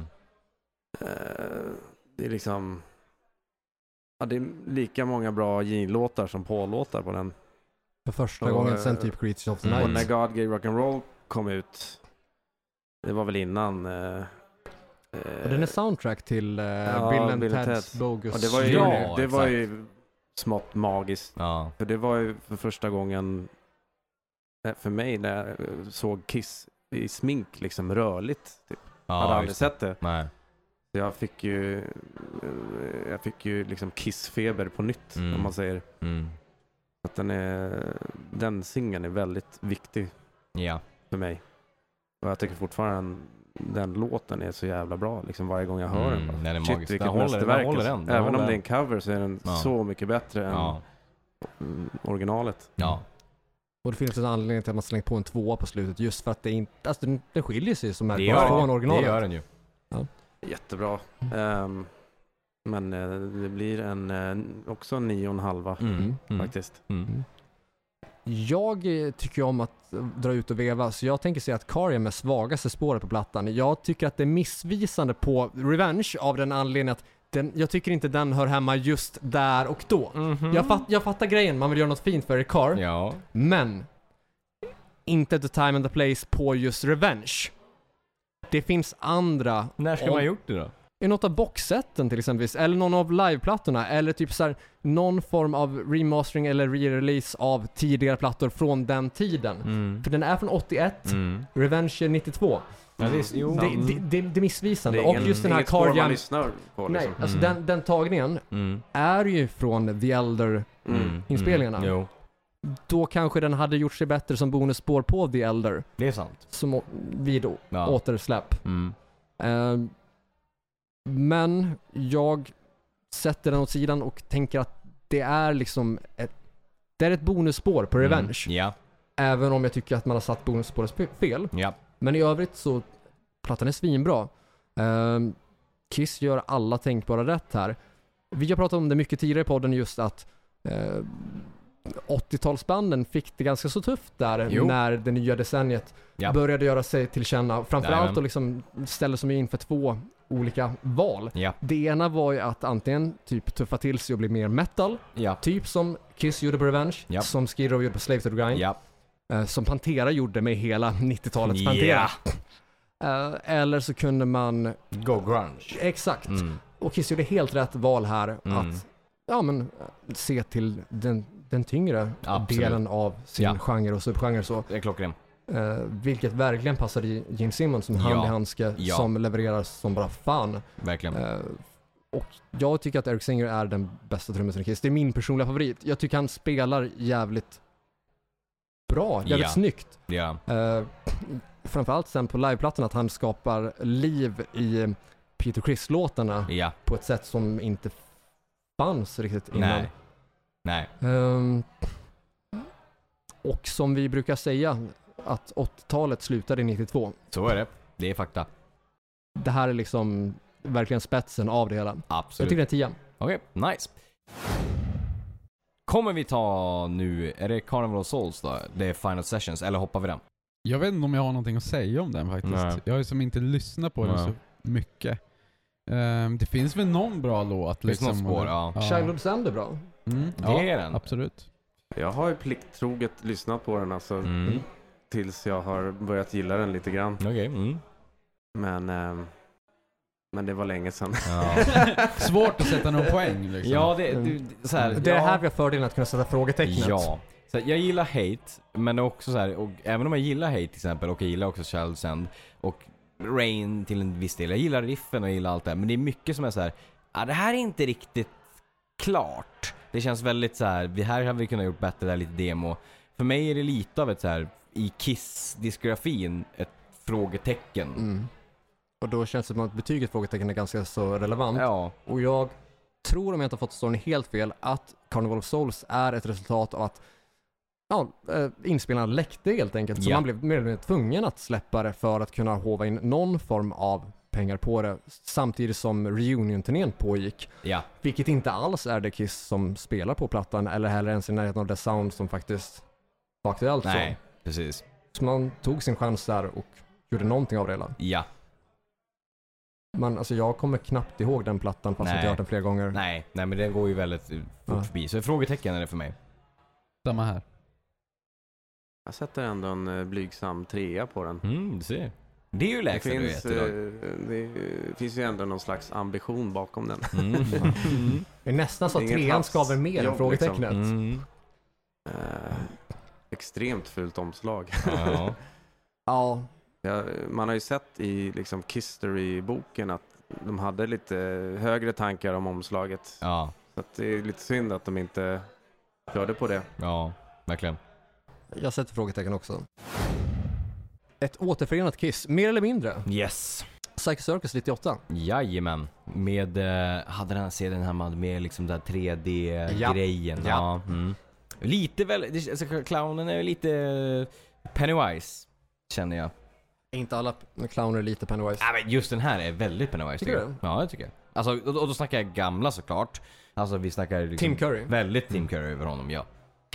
Speaker 4: Eh, det är liksom, ja, det är lika många bra Gene-låtar som Paul-låtar på den.
Speaker 2: För första
Speaker 4: Och,
Speaker 2: gången
Speaker 4: eh,
Speaker 2: sen typ Creatures of the
Speaker 1: Mm.
Speaker 4: Och
Speaker 2: Night.
Speaker 4: när God Gave Rock'n'Roll kom ut, det var väl innan eh, eh,
Speaker 2: Och den är soundtrack till uh,
Speaker 4: Ja,
Speaker 2: Bill and
Speaker 4: Bill and
Speaker 2: Ted's
Speaker 4: Ted.
Speaker 2: Bogus
Speaker 4: och det var ju,
Speaker 1: Ja,
Speaker 4: det var
Speaker 1: exakt.
Speaker 4: ju smått magiskt.
Speaker 1: Ja.
Speaker 4: För det var ju för första gången för mig när jag eh, såg Kiss i smink liksom rörligt. Typ.
Speaker 1: Ja,
Speaker 4: Jag hade aldrig
Speaker 1: just
Speaker 4: sett det.
Speaker 1: Nej.
Speaker 4: Så jag fick ju eh, jag fick ju liksom Kiss-feber på nytt
Speaker 1: Mm.
Speaker 4: om man säger.
Speaker 1: Mm.
Speaker 4: Att den är den singeln är väldigt viktig
Speaker 1: Ja.
Speaker 4: för mig. Och jag tycker fortfarande den låten är så jävla bra liksom varje gång jag hör
Speaker 1: Mm,
Speaker 4: den.
Speaker 1: den är
Speaker 4: Shit,
Speaker 1: magisk.
Speaker 4: vilket
Speaker 1: Den håller- den
Speaker 4: mästerverk.
Speaker 1: håller
Speaker 4: alltså.
Speaker 1: den. Den
Speaker 4: Även om
Speaker 1: håller
Speaker 4: det är en
Speaker 1: den.
Speaker 4: cover så är den
Speaker 1: Ja.
Speaker 4: så mycket bättre än
Speaker 1: Ja.
Speaker 4: mm, originalet.
Speaker 1: Ja.
Speaker 2: Och det finns en anledning till att man slängt på en tvåa på slutet just för att det inte, alltså den, den skiljer sig som
Speaker 1: Det
Speaker 2: märkbart
Speaker 1: gör,
Speaker 2: från
Speaker 1: det
Speaker 2: originalet.
Speaker 1: gör den ju.
Speaker 4: Jättebra. Ehm, men eh, det blir en eh, också en nio och en halva
Speaker 1: Mm. Mm.
Speaker 4: faktiskt.
Speaker 1: Mm.
Speaker 2: Jag eh, tycker om att eh, dra ut och veva, så jag tänker säga att Carrie är med svagaste spåret på plattan. Jag tycker att det är missvisande på Revenge av den anledningen att den, jag tycker inte den hör hemma just där och då.
Speaker 1: Mhm.
Speaker 2: Jag, fatt, jag fattar grejen, man vill göra något fint för Car,
Speaker 1: Ja.
Speaker 2: men inte the time and the place på just Revenge. Det finns andra.
Speaker 1: När ska
Speaker 2: Om-
Speaker 1: man ha gjort det då?
Speaker 2: I något av boxseten till exempel, eller någon av liveplattorna, eller typ så här, någon form av remastering eller re-release av tidigare plattor från den tiden.
Speaker 1: Mm.
Speaker 2: För den är från åttioett,
Speaker 1: Mm.
Speaker 2: Revenge är nittiotvå.
Speaker 1: Ja, det är, jo.
Speaker 2: Det, det, det, det är missvisande.
Speaker 4: Det är
Speaker 2: och
Speaker 4: ingen,
Speaker 2: just den här
Speaker 4: inget spår man
Speaker 2: Cardian,
Speaker 4: lyssnar på
Speaker 2: nej,
Speaker 4: liksom.
Speaker 2: alltså
Speaker 1: Mm.
Speaker 2: den, den tagningen
Speaker 1: Mm.
Speaker 2: är ju från The Elder.
Speaker 4: Mm.
Speaker 2: inspelningarna.
Speaker 1: Mm. Jo,
Speaker 2: Då kanske den hade gjort sig bättre som bonusspår på The Elder,
Speaker 1: det är sant.
Speaker 2: som å- vid å-
Speaker 1: Ja.
Speaker 2: återsläpp.
Speaker 1: Mm.
Speaker 2: Ehm, men jag sätter den åt sidan och tänker att det är liksom ett, det är ett bonusspår på Revenge.
Speaker 1: Mm. Ja.
Speaker 2: Även om jag tycker att man har satt bonusspåret spe- fel.
Speaker 1: Ja.
Speaker 2: Men i övrigt så plattan är svinbra. Ehm, Kiss gör alla tänkbara rätt här. Vi har pratat om det mycket tidigare i podden, just att eh, åttiotalsbanden fick det ganska så tufft där
Speaker 1: Jo.
Speaker 2: när det nya decenniet
Speaker 1: Ja.
Speaker 2: började göra sig till känna. Framförallt
Speaker 1: Jajamän.
Speaker 2: då liksom ställde sig inför två olika val.
Speaker 1: Ja.
Speaker 2: Det ena var ju att antingen typ tuffa till sig och bli mer metal,
Speaker 1: Ja.
Speaker 2: typ som Kiss gjorde på Revenge,
Speaker 1: Ja.
Speaker 2: som Skid Row gjorde på Slave to the Grind,
Speaker 1: Ja.
Speaker 2: eh, som Pantera gjorde med hela nittiotalets
Speaker 1: Ja.
Speaker 2: Pantera. Eh, eller så kunde man,
Speaker 1: Go grunge.
Speaker 2: exakt,
Speaker 1: Mm.
Speaker 2: och Kiss gjorde helt rätt val här,
Speaker 1: Mm.
Speaker 2: att ja, men, eh, se till den, den tyngre
Speaker 1: Absolut.
Speaker 2: delen av sin
Speaker 1: Ja.
Speaker 2: genre och subgenre så.
Speaker 1: Det är klockren.
Speaker 2: Eh, vilket verkligen passade i Gene Simmons som
Speaker 1: Ja.
Speaker 2: hand i handske,
Speaker 1: Ja.
Speaker 2: som levererar som bara fan.
Speaker 1: Verkligen.
Speaker 2: Eh, och jag tycker att Eric Singer är den bästa trummisen i Kiss. Det är min personliga favorit. Jag tycker han spelar jävligt bra, jävligt
Speaker 1: Ja.
Speaker 2: snyggt.
Speaker 1: Ja.
Speaker 2: Uh, framförallt sen på liveplattan att han skapar liv i Peter Criss-låtarna
Speaker 1: Ja.
Speaker 2: på ett sätt som inte fanns riktigt innan.
Speaker 1: Nej. Nej.
Speaker 2: Ehm, och som vi brukar säga, att åttiotalet slutade i nittiotvå.
Speaker 1: Så är det. Det är fakta.
Speaker 2: Det här är liksom verkligen spetsen av det hela. Jag
Speaker 1: Absolut.
Speaker 2: tycker det är tia.
Speaker 1: Okej, nice. Kommer vi ta nu, är det Carnival of Souls då? Det är Final Sessions, eller hoppar vi den?
Speaker 3: Jag vet inte om jag har någonting att säga om den faktiskt.
Speaker 1: Nej.
Speaker 3: Jag har ju som inte lyssnat på den
Speaker 1: Nej.
Speaker 3: så mycket. Ehm, det finns väl någon bra låt
Speaker 1: Det finns
Speaker 3: liksom.
Speaker 1: något spår,
Speaker 3: och-
Speaker 1: ja.
Speaker 2: Childhood Sand är bra.
Speaker 3: Mm,
Speaker 1: Det
Speaker 3: ja,
Speaker 1: är den.
Speaker 3: absolut.
Speaker 4: Jag har ju plikttroget lyssnat på den alltså,
Speaker 1: Mm.
Speaker 4: tills jag har börjat gilla den lite grann.
Speaker 1: Okej. Mm.
Speaker 4: Men, ehm, men det var länge sedan.
Speaker 1: Ja.
Speaker 3: Svårt att sätta någon poäng liksom.
Speaker 1: Ja, det, det, så här,
Speaker 2: Det är
Speaker 1: ja.
Speaker 2: här vi har fördelen att kunna sätta frågetecknet.
Speaker 1: Ja. Så här, jag gillar hate, men också så här, och även om jag gillar hate till exempel, och jag gillar också Child Send och Rain till en viss del. Jag gillar riffen och jag gillar allt det här, men det är mycket som är så här, ja, det här är inte riktigt klart. Det känns väldigt så här, det här hade vi kunnat gjort bättre, där lite demo. För mig är det lite av ett så här, i Kiss-diskografin, ett frågetecken.
Speaker 2: Mm. Och då känns det som att betyget frågetecken är ganska så relevant.
Speaker 1: Ja.
Speaker 2: Och jag tror, om jag inte har fått storyn helt fel, att Carnival of Souls är ett resultat av att ja, äh, inspelningarna läckte helt enkelt. Så
Speaker 1: Ja.
Speaker 2: man blev mer eller mindre tvungen att släppa det för att kunna hova in någon form av pengar på det. Samtidigt som reunion-turnén pågick.
Speaker 1: Ja.
Speaker 2: Vilket inte alls är det Kiss som spelar på plattan, eller heller ens i närheten av det sound som faktiskt var aktuellt.
Speaker 1: Nej, precis.
Speaker 2: Så. så man tog sin chans där och gjorde någonting av det hela.
Speaker 1: Ja.
Speaker 2: Men alltså jag kommer knappt ihåg den plattan fast
Speaker 1: Nej.
Speaker 2: att jag har hört den flera gånger.
Speaker 1: Nej, nej, men det går ju väldigt fort
Speaker 2: Ja.
Speaker 1: förbi. Så frågetecken är det för mig.
Speaker 3: Samma här.
Speaker 4: Jag sätter ändå en eh, blygsam trea på den.
Speaker 1: Mm, du ser. Det är ju
Speaker 4: Det
Speaker 1: lägsta du
Speaker 4: finns,
Speaker 1: vet idag.
Speaker 4: eh, det finns ju ändå någon slags ambition bakom den.
Speaker 1: Mm. Mm.
Speaker 2: Det är nästan så att
Speaker 4: Inget
Speaker 2: trean
Speaker 4: havs-
Speaker 2: skaver mer än
Speaker 4: jobb,
Speaker 2: frågetecknet.
Speaker 1: Mm.
Speaker 4: Eh, extremt fult omslag.
Speaker 1: Ja.
Speaker 2: Ja,
Speaker 4: Ja, man har ju sett i liksom Kistery-boken att de hade lite högre tankar om omslaget.
Speaker 1: Ja,
Speaker 4: Så att det är lite synd att de inte körde på det.
Speaker 1: ja, verkligen.
Speaker 2: jag sätter frågetecken också. Ett återförenat Kiss, mer eller mindre.
Speaker 1: Yes.
Speaker 2: Psycho Circus nittioåtta.
Speaker 1: Jajamän. Med, eh, hade den serien här med, med liksom den tre D-grejen.
Speaker 2: Ja.
Speaker 1: Ja. Mm. Lite väl, det- alltså, clownen är lite Pennywise, känner jag.
Speaker 2: Inte alla clowner är lite Pennywise.
Speaker 1: Ja, men just den här är väldigt Pennywise.
Speaker 2: Tycker
Speaker 1: jag. Ja, det tycker jag. Alltså, och, och då snackar jag gamla såklart. Alltså vi snackar liksom
Speaker 2: Tim Curry.
Speaker 1: väldigt Tim Curry över honom, ja.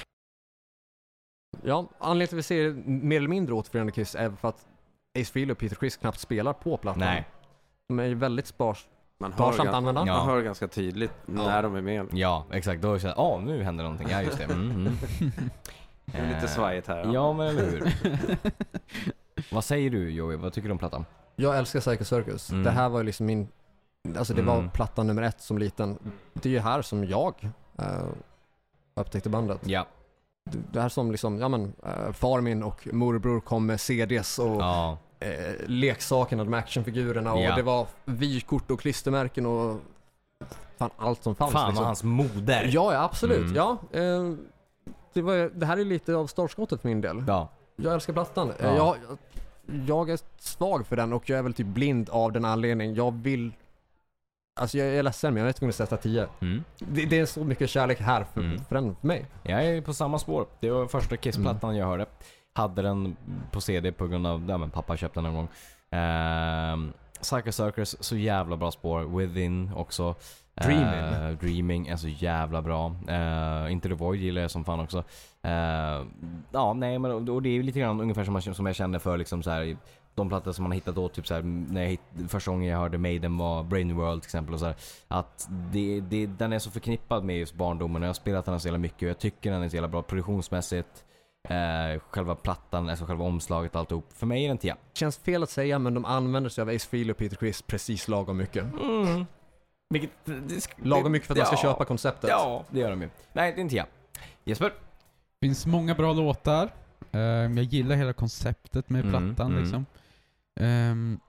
Speaker 2: Ja, anledningen till att vi ser mer eller mindre återförenade Kiss är för att Ace Frehley och Peter Criss knappt spelar på plattan.
Speaker 1: Nej.
Speaker 2: De är ju väldigt spars,
Speaker 4: Man hör,
Speaker 2: sparsamt
Speaker 4: gan-
Speaker 2: använda.
Speaker 1: Ja.
Speaker 4: man hör ganska tydligt när de är med.
Speaker 1: Ja, exakt. Då känner jag, åh, nu händer någonting. Ja, just det. Mm, mm.
Speaker 4: Det är lite
Speaker 1: Eh,
Speaker 4: svajigt här.
Speaker 1: Ja, men eller hur? Vad säger du, Joey? Vad tycker du om plattan?
Speaker 2: Jag älskar Psycho Circus.
Speaker 1: Mm.
Speaker 2: Det här var ju liksom min... Alltså det var
Speaker 1: Mm.
Speaker 2: plattan nummer ett som liten. Det är ju här som jag uh, upptäckte bandet.
Speaker 1: Ja.
Speaker 2: Det, det här som liksom, ja men, uh, far min och morbror kom med C Ds och
Speaker 1: Ja.
Speaker 2: eh, leksakerna, de actionfigurerna och
Speaker 1: Ja.
Speaker 2: det var vykort och klistermärken och fan allt som fanns.
Speaker 1: Fan,
Speaker 2: liksom.
Speaker 1: och hans moder.
Speaker 2: Ja, ja, absolut.
Speaker 1: Mm.
Speaker 2: Ja, eh, det, var, det här är lite av startskottet för min del.
Speaker 1: Ja.
Speaker 2: Jag älskar plattan.
Speaker 1: Ja.
Speaker 2: Eh, Jag, jag är svag för den och jag är väl typ blind av den anledningen. Jag vill... Alltså jag är ledsen men jag är tvungen att sätta tio.
Speaker 1: Mm.
Speaker 2: Det, det är så mycket kärlek här för,
Speaker 1: Mm.
Speaker 2: för den för mig.
Speaker 1: Jag är på samma spår. Det var första Kiss-plattan jag hörde. Hade den på C D på grund av, ja men pappa köpte den någon gång. Ehm, Psycho Circus, så jävla bra spår. Within också.
Speaker 2: Dreaming.
Speaker 1: Eh, Dreaming är så jävla bra. Uh, Into the Void gillar jag som fan också. Eh, ja, nej men och det är ju lite grann ungefär som, man, som jag kände för liksom så här, de plattor som man har hittat då, typ så här, när jag hitt, första gången jag hörde Maiden var Brain World till exempel och så här, att det, det, den är så förknippad med just barndomen och jag har spelat den så jävla mycket och jag tycker den är så jävla bra produktionsmässigt. Eh, själva plattan, alltså själva omslaget och alltihop. För mig är den tia.
Speaker 2: Känns fel att säga men de använder sig av Ace Frehley och Peter Criss precis lagom mycket.
Speaker 1: Mm. Vilket, det, sk-
Speaker 2: Lagom mycket för att man ska
Speaker 1: ja,
Speaker 2: köpa konceptet.
Speaker 1: Ja, det gör de ju. Nej, det är en tia. Jesper?
Speaker 3: Finns många bra låtar. Ehm, jag gillar hela konceptet med
Speaker 1: Mm,
Speaker 3: plattan
Speaker 1: mm.
Speaker 3: liksom. Ehm,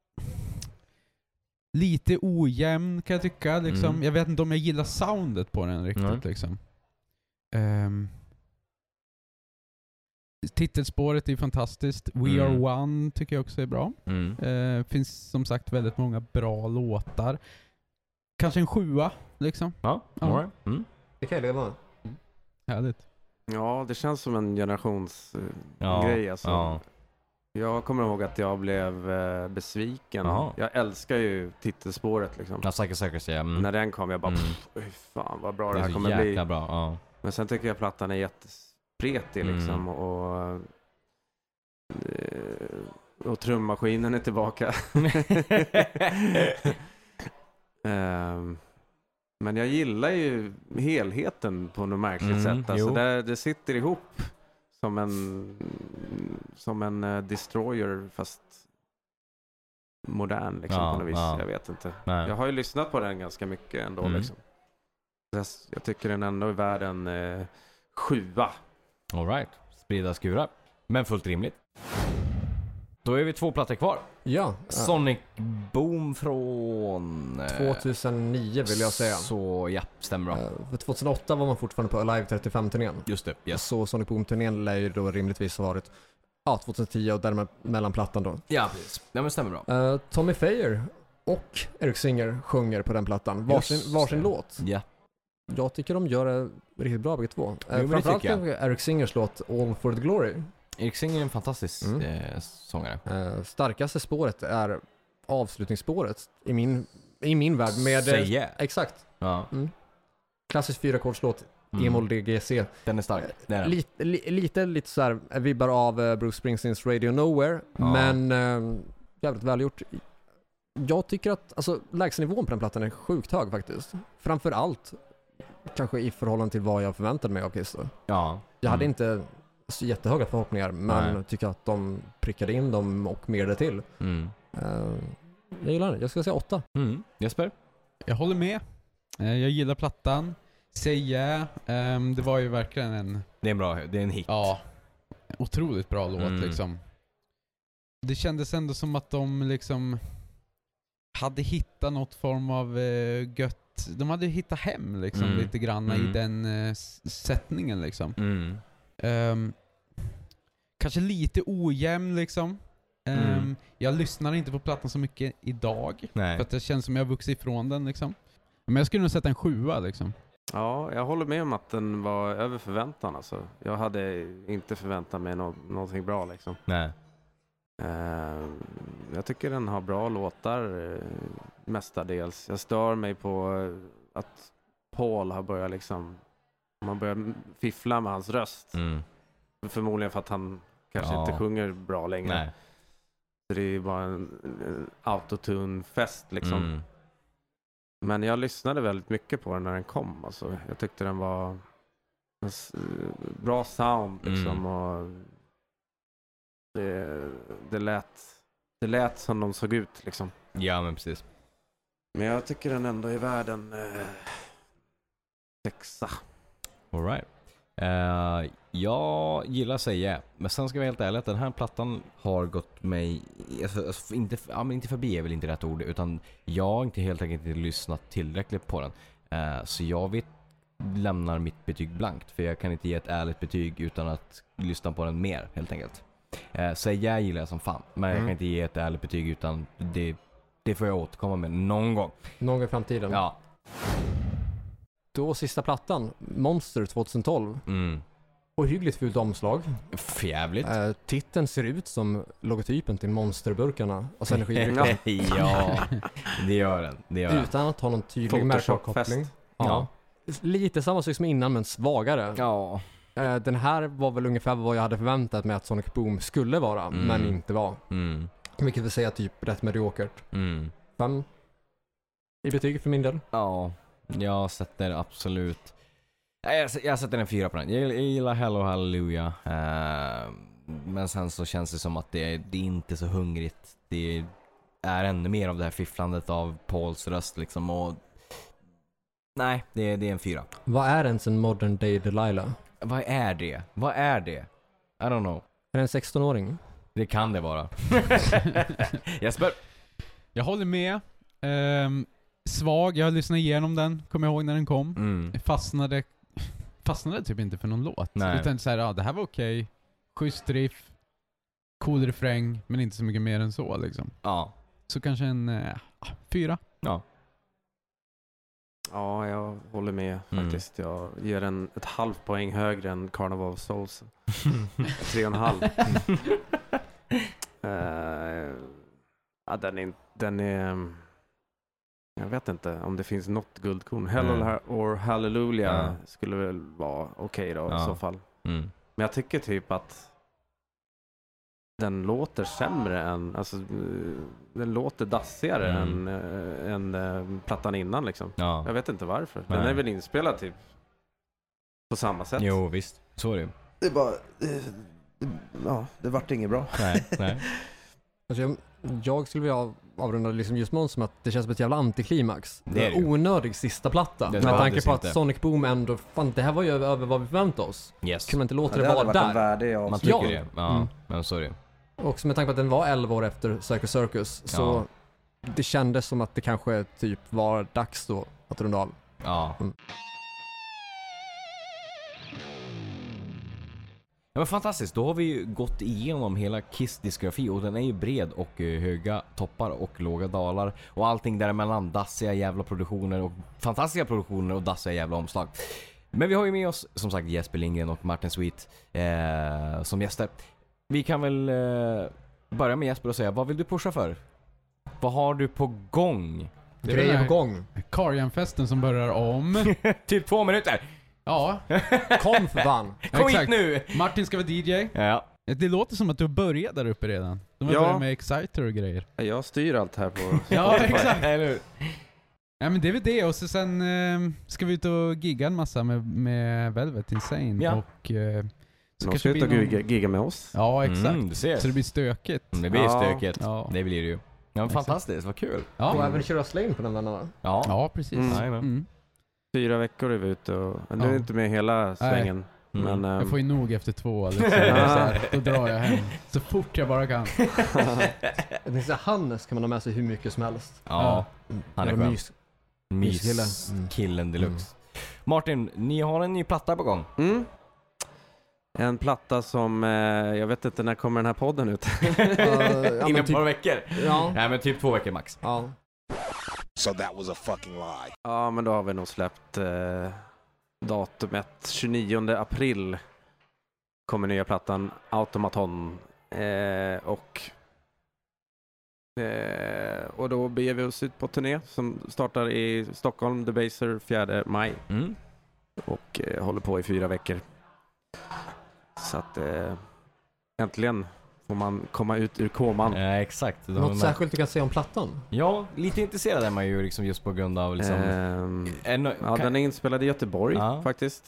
Speaker 3: lite ojämn kan jag tycka liksom.
Speaker 1: Mm.
Speaker 3: Jag vet inte om jag gillar soundet på den riktigt
Speaker 1: Mm.
Speaker 3: liksom. Ehm, titelspåret är fantastiskt. We
Speaker 1: Mm.
Speaker 3: Are One tycker jag också är bra.
Speaker 1: Mm.
Speaker 3: Ehm, finns som sagt väldigt många bra låtar. Kanske en sjua liksom.
Speaker 1: Ja,
Speaker 3: Ja.
Speaker 1: all right. Mm.
Speaker 2: Det kan jag leva med.
Speaker 3: Härligt.
Speaker 4: Ja, det känns som en generationsgrej.
Speaker 1: Ja,
Speaker 4: grej alltså.
Speaker 1: ja.
Speaker 4: Jag kommer ihåg att jag blev eh, besviken.
Speaker 1: Jaha.
Speaker 4: Jag älskar ju titelspåret liksom.
Speaker 1: Ja, Psycho Circus, ja. Mm.
Speaker 4: När den kom, jag bara,
Speaker 1: Mm.
Speaker 4: pff, oj, fan vad bra
Speaker 1: Det
Speaker 4: det
Speaker 1: är
Speaker 4: här
Speaker 1: så
Speaker 4: kommer
Speaker 1: jäkla
Speaker 4: bli.
Speaker 1: bra, ja.
Speaker 4: Men sen tycker jag plattan är jättespretig
Speaker 1: Mm.
Speaker 4: liksom. Och, eh, och trummaskinen är tillbaka. Ehm, men jag gillar ju helheten på något märkligt
Speaker 1: Mm,
Speaker 4: sätt. Alltså
Speaker 1: jo.
Speaker 4: det, det sitter ihop som en som en uh, destroyer fast modern liksom,
Speaker 1: Ja,
Speaker 4: på något vis.
Speaker 1: ja.
Speaker 4: Jag vet inte.
Speaker 1: Nej.
Speaker 4: Jag har ju lyssnat på den ganska mycket ändå
Speaker 1: Mm.
Speaker 4: liksom. Jag, jag tycker den ändå är värd en uh, sjua.
Speaker 1: All right. Sprida skurar. Men fullt rimligt. Då är vi två plattor kvar.
Speaker 2: Ja,
Speaker 1: Sonic Boom från... eh,
Speaker 2: tjugohundranio vill jag säga.
Speaker 1: Så ja, stämmer bra.
Speaker 2: Eh, För tjugohundraåtta var man fortfarande på Alive trettiofem-turnén.
Speaker 1: Just det, yes.
Speaker 2: Så Sonic Boom-turnén lär ju då rimligtvis ha varit ja, tjugohundratio och däremellan plattan då.
Speaker 1: Ja, precis. Ja, men stämmer bra.
Speaker 2: Eh, Tommy Fayer och Eric Singer sjunger på den plattan. Varsin,
Speaker 1: Just
Speaker 2: varsin
Speaker 1: det.
Speaker 2: låt.
Speaker 1: Ja.
Speaker 2: Jag tycker de gör det riktigt bra bägge två. Eh,
Speaker 1: men det
Speaker 2: framförallt
Speaker 1: tycker jag.
Speaker 2: Eric Singers låt All for the Glory.
Speaker 1: Erik Singer är en fantastisk
Speaker 2: Mm.
Speaker 1: eh, sångare.
Speaker 2: Eh, starkaste spåret är avslutningsspåret i min, i min värld. Med, eh,
Speaker 1: Say yeah.
Speaker 2: Exakt.
Speaker 1: Ja.
Speaker 2: Klassisk fyrackordslåt,
Speaker 1: Mm.
Speaker 2: E-moll D G C.
Speaker 1: Den är stark. Det är den.
Speaker 2: Lite, li, lite, lite så här vibbar av eh, Bruce Springsteens Radio Nowhere,
Speaker 1: Ja.
Speaker 2: men eh, jävligt välgjort. Jag tycker att alltså, lägstanivån på den plattan är sjukt hög faktiskt. Framförallt kanske i förhållande till vad jag förväntade mig av Kiss då.
Speaker 1: Ja.
Speaker 2: Jag hade
Speaker 1: Mm.
Speaker 2: inte så jättehöga förhoppningar, men
Speaker 1: Nej.
Speaker 2: tycker att de prickade in dem och mer det till.
Speaker 1: Mm.
Speaker 2: Eh, jag gillar det. Jag ska säga åtta.
Speaker 1: Mm. Jesper?
Speaker 3: Jag håller med. Eh, jag gillar plattan. Säga, ehm, det var ju verkligen en...
Speaker 1: Det är en bra, det är en hit.
Speaker 3: Ja, otroligt bra låt
Speaker 1: Mm.
Speaker 3: liksom. Det kändes ändå som att de liksom hade hittat något form av eh, gött. De hade hittat hem liksom
Speaker 1: Mm.
Speaker 3: lite grann
Speaker 1: Mm.
Speaker 3: i den eh, s- sättningen liksom.
Speaker 1: Mm.
Speaker 3: Ehm, kanske lite ojämn liksom. Ehm,
Speaker 1: Mm.
Speaker 3: Jag lyssnar inte på plattan så mycket idag.
Speaker 1: Nej.
Speaker 3: För att det känns som jag har vuxit ifrån den liksom. Men jag skulle nog sätta en sjua liksom.
Speaker 4: Ja, jag håller med om att den var över förväntan. Alltså. Jag hade inte förväntat mig no- någonting bra. Liksom.
Speaker 1: Nej.
Speaker 4: Eh, jag tycker den har bra låtar eh, mestadels. Jag stör mig på eh, att Paul har börjat liksom, man börjar fiffla med hans röst.
Speaker 1: Mm.
Speaker 4: Förmodligen för att han kanske
Speaker 1: Ja.
Speaker 4: inte sjunger bra längre.
Speaker 1: Nej.
Speaker 4: Så det är bara en, en autotune-fest liksom.
Speaker 1: Mm.
Speaker 4: Men jag lyssnade väldigt mycket på den när den kom. Alltså, jag tyckte den var en s- bra sound liksom.
Speaker 1: Mm.
Speaker 4: Och det, det, lät, det lät som de såg ut liksom.
Speaker 1: Ja, men precis.
Speaker 4: Men jag tycker den ändå är värd en eh, sexa.
Speaker 1: All right. Uh, jag gillar att säga, men sen ska jag vara helt ärlig att den här plattan har gått mig, alltså, alltså, inte, ja, men inte förbi är väl inte rätt ord, utan jag har inte helt enkelt inte lyssnat tillräckligt på den. Uh, så jag vet, lämnar mitt betyg blankt, för jag kan inte ge ett ärligt betyg utan att lyssna på den mer, helt enkelt. Uh, så jag gillar som fan, men jag
Speaker 2: Mm.
Speaker 1: kan inte ge ett ärligt betyg utan det, det får jag återkomma med någon gång.
Speaker 2: Någon gång i framtiden.
Speaker 1: Ja.
Speaker 2: Då sista plattan, Monster tjugohundratolv.
Speaker 1: Mm.
Speaker 2: Ohyggligt fult omslag.
Speaker 1: Förjävligt.
Speaker 2: Eh, titeln ser ut som logotypen till monsterburkarna. Alltså energidrycken.
Speaker 1: Ja, det gör den. Det gör den.
Speaker 2: Utan att ha någon tydlig märkavkoppling.
Speaker 4: Photoshop-fest.
Speaker 2: Ja. Lite samma sak som innan men svagare.
Speaker 1: Ja.
Speaker 2: Eh, den här var väl ungefär vad jag hade förväntat mig att Sonic Boom skulle vara,
Speaker 1: Mm.
Speaker 2: men inte var.
Speaker 1: Mm.
Speaker 2: Vilket vill säga typ rätt mediokert.
Speaker 1: Mm.
Speaker 2: Fem i betyg för min del.
Speaker 1: Ja, jag sätter absolut... Nej, Jag, jag sätter en fyra på den. Jag, jag gillar Hello Hallelujah. Uh, men sen så känns det som att det, det är inte så hungrigt. Det är ännu mer av det här fifflandet av Pauls röst liksom. Och nej, det, det är en fyra.
Speaker 2: Vad är ens en modern day Delilah?
Speaker 1: Vad är det? Vad är det? I don't know.
Speaker 2: Är det en sexton-åring?
Speaker 1: Det kan det vara. Jesper?
Speaker 3: Jag håller med. Ehm, svag, jag lyssnade igenom den, kommer jag ihåg när den kom.
Speaker 1: Mm.
Speaker 3: Jag fastnade, fastnade typ inte för någon låt.
Speaker 1: Nej.
Speaker 3: Utan så här, ja, det här var okej. Schysst riff, cool refräng, men inte så mycket mer än så liksom.
Speaker 1: Ja.
Speaker 3: Så kanske en eh, fyra.
Speaker 1: Ja.
Speaker 4: Ja, jag håller med
Speaker 1: Mm.
Speaker 4: faktiskt. Jag ger den ett halvt poäng högre än Carnival of Souls. Tre och en halv. uh, ja, den är, den är... Jag vet inte om det finns något guldkorn. Hello
Speaker 1: Mm.
Speaker 4: ha- or Hallelujah
Speaker 1: Ja.
Speaker 4: skulle väl vara okej då
Speaker 1: Ja.
Speaker 4: i så fall.
Speaker 1: Mm.
Speaker 4: Men jag tycker typ att den låter sämre än, alltså eh, den låter dassigare
Speaker 1: Mm.
Speaker 4: än, äh, än äh, plattan innan liksom.
Speaker 1: Ja.
Speaker 4: Jag vet inte varför. Den
Speaker 1: Nej.
Speaker 4: är väl inspelad typ på samma sätt.
Speaker 1: Jo, visst. Så är det ju.
Speaker 4: Det är bara, det, det, ja, det vart inget bra.
Speaker 1: Nej, nej.
Speaker 2: Alltså jag, jag skulle vilja avrunda liksom just Måns som att det känns som ett jävla antiklimax.
Speaker 1: Det är det ju.
Speaker 2: Onödig sista platta.
Speaker 1: Det
Speaker 2: Med
Speaker 1: behövdes
Speaker 2: tanke på att
Speaker 1: inte.
Speaker 2: Sonic Boom ändå, fan det här var ju över, över vad vi förväntade oss.
Speaker 1: Yes.
Speaker 2: Kunde man inte låta
Speaker 4: Ja,
Speaker 2: det,
Speaker 4: hade
Speaker 2: vara
Speaker 4: varit en
Speaker 2: där?
Speaker 4: värdig
Speaker 1: Man
Speaker 4: avslut.
Speaker 1: tycker
Speaker 2: Ja.
Speaker 1: det. Ja,
Speaker 2: Mm.
Speaker 1: men så är det.
Speaker 2: Och med tanke på att den var elva år efter Circus Circus så det kändes som att det kanske typ var dags då att runda av.
Speaker 1: Ja.
Speaker 2: Mm.
Speaker 1: Ja, men fantastiskt. Då har vi ju gått igenom hela Kiss diskografi och den är ju bred och eh, höga toppar och låga dalar och allting däremellan. Dassiga jävla produktioner och fantastiska produktioner och dassiga jävla omslag. Men vi har ju med oss som sagt Jesper Lindgren och Martin Sweet eh, som gäster. Vi kan väl eh, börja med Jesper och säga, vad vill du pusha för? Vad har du på gång?
Speaker 3: Det är
Speaker 2: Grejer
Speaker 3: den
Speaker 2: på
Speaker 3: här-
Speaker 2: gång.
Speaker 3: Karjanfesten som börjar om.
Speaker 1: Typ två minuter.
Speaker 3: Ja,
Speaker 2: Kom för fan.
Speaker 1: Kom hit
Speaker 3: exakt.
Speaker 1: nu!
Speaker 3: Martin ska vara D J.
Speaker 1: Ja.
Speaker 3: Det låter som att du började där uppe redan. De har
Speaker 4: Ja.
Speaker 3: börjat med Exciter och grejer.
Speaker 4: Jag styr allt här på...
Speaker 3: Ja, exakt.
Speaker 1: Eller hur?
Speaker 3: Ja, men det är väl det. Och så sen eh, ska vi ut och gigga en massa med, med Velvet Insane.
Speaker 1: Ja.
Speaker 3: Och, eh, så
Speaker 4: De
Speaker 3: kanske
Speaker 4: ska ut och
Speaker 3: blir någon-
Speaker 4: giga, giga med oss.
Speaker 3: Ja, exakt.
Speaker 1: Mm, du ser.
Speaker 3: Så det blir stökigt.
Speaker 1: Det blir
Speaker 4: Ja.
Speaker 1: stökigt.
Speaker 3: Ja.
Speaker 1: Det blir det ju. Ja, men
Speaker 3: Exakt.
Speaker 1: fantastiskt, vad kul.
Speaker 2: Och
Speaker 3: Ja,
Speaker 2: även köra Slane på den vännen va?
Speaker 1: Ja.
Speaker 3: ja precis.
Speaker 4: Mm.
Speaker 1: Jajamän.
Speaker 3: Mm.
Speaker 4: Fyra veckor är vi ute och... Nu är
Speaker 3: Ja.
Speaker 4: det inte med hela svängen.
Speaker 1: Mm.
Speaker 4: Men, ehm,
Speaker 3: Jag får ju nog efter två, liksom. Så här, då drar jag hem så fort jag bara kan.
Speaker 2: Jag tänkte säga, Hannes kan man ha med sig hur mycket som helst.
Speaker 1: Ja, han är
Speaker 2: Jävla
Speaker 1: skön.
Speaker 2: mys- Myskille. Mm.
Speaker 1: Myskillen deluxe. Martin, ni har en ny platta på gång.
Speaker 4: mm. En platta som, eh, jag vet inte när kommer den här podden ut?
Speaker 2: Uh, ja,
Speaker 1: Inom
Speaker 2: men
Speaker 1: ett
Speaker 2: typ,
Speaker 1: par veckor.
Speaker 2: ja,
Speaker 1: Nej men typ två veckor max.
Speaker 2: ja.
Speaker 5: So that was a fucking lie.
Speaker 4: Ja, men då har vi nog släppt eh, datumet tjugonionde april kommer nya plattan Automaton. Eh, och eh, och då beger vi oss ut på turné som startar i Stockholm, Debaser, fjärde maj.
Speaker 1: Mm.
Speaker 4: Och eh, håller på i fyra veckor. Så att eh, äntligen får man komma ut ur koman.
Speaker 1: Ja, exakt. De
Speaker 2: Något
Speaker 1: de-
Speaker 2: särskilt du kan säga om plattan?
Speaker 1: Ja, lite intresserad är man ju liksom just på grund av liksom...
Speaker 4: Ehm,
Speaker 1: en,
Speaker 4: ja,
Speaker 1: kan-
Speaker 4: den är inspelad i Göteborg
Speaker 1: Ja.
Speaker 4: faktiskt.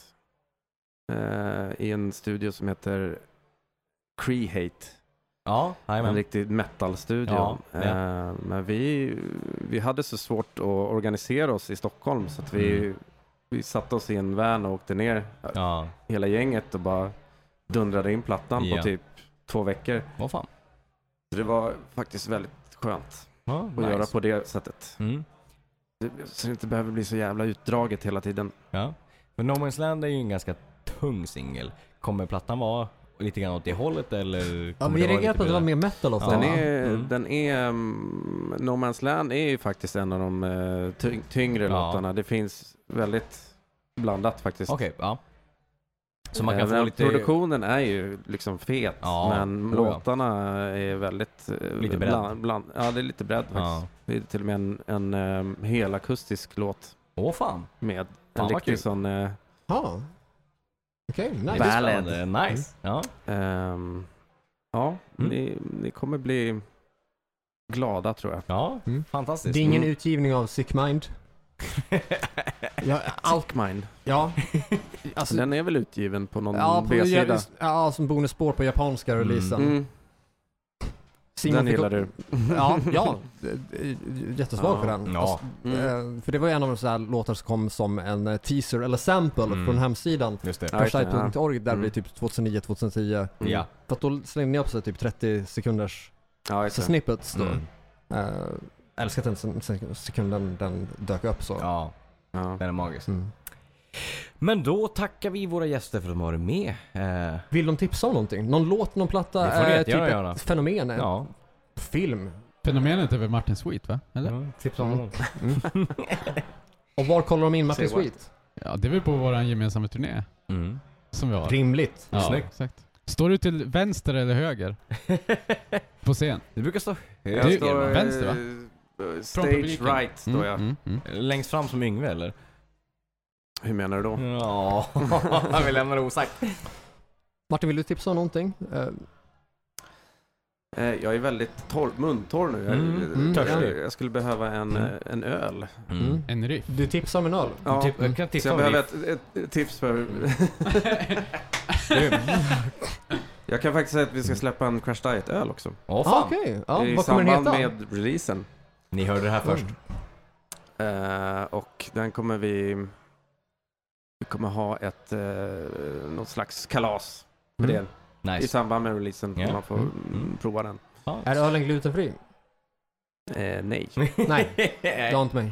Speaker 4: Eh, I en studio som heter Create.
Speaker 1: Ja,
Speaker 4: En
Speaker 1: jajamän.
Speaker 4: riktig metal-studio.
Speaker 1: Ja, ja.
Speaker 4: Eh, men vi, vi hade så svårt att organisera oss i Stockholm så att vi,
Speaker 1: Mm.
Speaker 4: vi satte oss i en van och åkte ner
Speaker 1: Ja,
Speaker 4: hela gänget och bara dundrade in plattan
Speaker 1: Ja.
Speaker 4: på typ två veckor.
Speaker 1: vad fan.
Speaker 4: Så det var faktiskt väldigt skönt
Speaker 1: Ja,
Speaker 4: att
Speaker 1: nice.
Speaker 4: göra på det sättet.
Speaker 1: Mm.
Speaker 4: Det- Så det inte behöver bli så jävla utdraget hela tiden.
Speaker 1: Ja. Men No Man's Land är ju en ganska tung singel. Kommer plattan vara lite grann åt det hållet eller?
Speaker 2: Ja,
Speaker 1: kommer
Speaker 2: vi
Speaker 1: det vara
Speaker 2: reagerar
Speaker 1: lite
Speaker 2: på att det var
Speaker 1: bredare?
Speaker 2: mer metal också.
Speaker 1: Ja.
Speaker 4: Den är,
Speaker 1: Mm.
Speaker 4: den är um, No Man's Land är ju faktiskt en av de uh, tyng- tyngre
Speaker 1: Ja.
Speaker 4: låtarna. Det finns väldigt blandat faktiskt.
Speaker 1: Okej, ja. Så man kan
Speaker 4: Även
Speaker 1: få lite...
Speaker 4: Produktionen är ju liksom fet,
Speaker 1: Ja,
Speaker 4: men
Speaker 1: oh ja.
Speaker 4: låtarna är väldigt uh,
Speaker 1: Lite bredd.
Speaker 4: bland, bland, ja, det är lite bredd faktiskt.
Speaker 1: Ja.
Speaker 4: Det är till och med en, en um, helakustisk låt
Speaker 1: Åh fan.
Speaker 4: med
Speaker 1: Fan,
Speaker 4: en
Speaker 1: vad
Speaker 4: riktig
Speaker 1: kul.
Speaker 4: sån uh,
Speaker 2: Ja. Okej,
Speaker 1: Det
Speaker 2: nice.
Speaker 1: är
Speaker 4: Ballad.
Speaker 1: spännande. Nice. Ja.
Speaker 4: um, ja,
Speaker 1: Mm.
Speaker 4: ni, ni kommer bli glada tror jag.
Speaker 1: Ja,
Speaker 2: Mm.
Speaker 1: fantastiskt.
Speaker 2: Det är ingen
Speaker 4: Mm.
Speaker 2: utgivning av Sick Mind. Ja, allt,
Speaker 4: Sickmind.
Speaker 2: ja. Alltså,
Speaker 4: Den är väl utgiven på någon
Speaker 2: ja, på,
Speaker 4: B-sida?
Speaker 2: ja, som bonusspår på japanska
Speaker 1: Mm.
Speaker 2: releasen.
Speaker 4: Mm.
Speaker 2: Simon
Speaker 4: Den
Speaker 2: fick
Speaker 4: gillar
Speaker 2: upp-
Speaker 4: du.
Speaker 2: Ja, ja. d- d- Jättesvag
Speaker 4: Ja.
Speaker 2: för den.
Speaker 1: Ja.
Speaker 2: Alltså,
Speaker 4: Mm.
Speaker 2: eh, för det var ju en av de så här låtar som kom som en eh, teaser eller sample
Speaker 1: Mm.
Speaker 2: från hemsidan.
Speaker 1: Just det.
Speaker 4: Ja, just det, ja.
Speaker 2: Persight punkt org, där
Speaker 4: Mm.
Speaker 2: blir det typ tjugohundranio tjugohundratio.
Speaker 4: Mm.
Speaker 1: Ja.
Speaker 2: För att då slängde jag upp så här typ trettio sekunders
Speaker 4: Ja, just
Speaker 2: så
Speaker 4: det.
Speaker 2: snippets då.
Speaker 1: Mm.
Speaker 2: Eh, älskar att den sen- sen- sekunden den dök upp så.
Speaker 1: Ja,
Speaker 4: Ja.
Speaker 1: den är magisk.
Speaker 2: Mm.
Speaker 1: Men då tackar vi våra gäster för att de har varit med. Eh,
Speaker 2: Vill de tipsa om någonting? Någon låt, någon platta?
Speaker 1: Det får du
Speaker 2: eh,
Speaker 1: jättegärna
Speaker 2: typ
Speaker 1: göra.
Speaker 2: ett fenomen? En
Speaker 1: ja.
Speaker 2: film?
Speaker 3: Fenomenet är väl Martin Sweet, va? Eller?
Speaker 1: Ja, tipsa om
Speaker 2: Mm.
Speaker 1: honom.
Speaker 2: Och var kollar de in Martin
Speaker 4: Say what?
Speaker 2: Sweet?
Speaker 3: Ja, det är väl på vår gemensamma turné
Speaker 1: Mm.
Speaker 3: som vi har.
Speaker 2: Rimligt.
Speaker 3: Ja,
Speaker 1: Snyggt.
Speaker 3: exakt. Står du till vänster eller höger på scen?
Speaker 1: Du brukar stå
Speaker 3: Det
Speaker 4: Jag
Speaker 3: är
Speaker 4: står,
Speaker 3: ju vänster, va?
Speaker 4: eh,
Speaker 3: Från
Speaker 4: Stage
Speaker 3: publiken.
Speaker 4: right står jag.
Speaker 3: Mm, mm,
Speaker 1: längst fram som Yngve eller?
Speaker 4: Hur menar du då?
Speaker 1: Ja, vi lämnar det osagt.
Speaker 2: Martin, vill du tipsa om någonting? Eh,
Speaker 4: Eh, Jag är väldigt torr, muntorr nu. Jag,
Speaker 1: Mm,
Speaker 2: mm,
Speaker 1: törstig.
Speaker 4: jag, jag skulle behöva en,
Speaker 1: Mm.
Speaker 4: eh, en öl.
Speaker 2: Mm.
Speaker 3: En riff.
Speaker 2: Du tipsar om en öl?
Speaker 4: Ja,
Speaker 1: Typ, jag kan
Speaker 4: så
Speaker 1: tipsa
Speaker 4: jag
Speaker 1: om
Speaker 4: behöver
Speaker 1: det.
Speaker 4: ett, ett, ett tips för...
Speaker 1: Grymt.
Speaker 4: Jag kan faktiskt säga att vi ska släppa en Crash Diet-öl också.
Speaker 1: Åh
Speaker 2: Ah,
Speaker 1: fan.
Speaker 2: Okej, ja,
Speaker 4: I
Speaker 2: vad kommer den
Speaker 4: samband
Speaker 2: heta?
Speaker 4: med releasen.
Speaker 1: Ni hörde det här först.
Speaker 2: Mm.
Speaker 4: Eh, och den kommer vi... Vi kommer ha ett... Eh, något slags kalas för
Speaker 2: Mm.
Speaker 4: det. I
Speaker 1: Nice.
Speaker 4: samband med releasen.
Speaker 1: Ja.
Speaker 4: Man får
Speaker 2: Mm.
Speaker 4: mm, prova den.
Speaker 1: Ja.
Speaker 2: Är ölen glutenfri?
Speaker 4: Eh, nej.
Speaker 2: Nej, det har inte mig.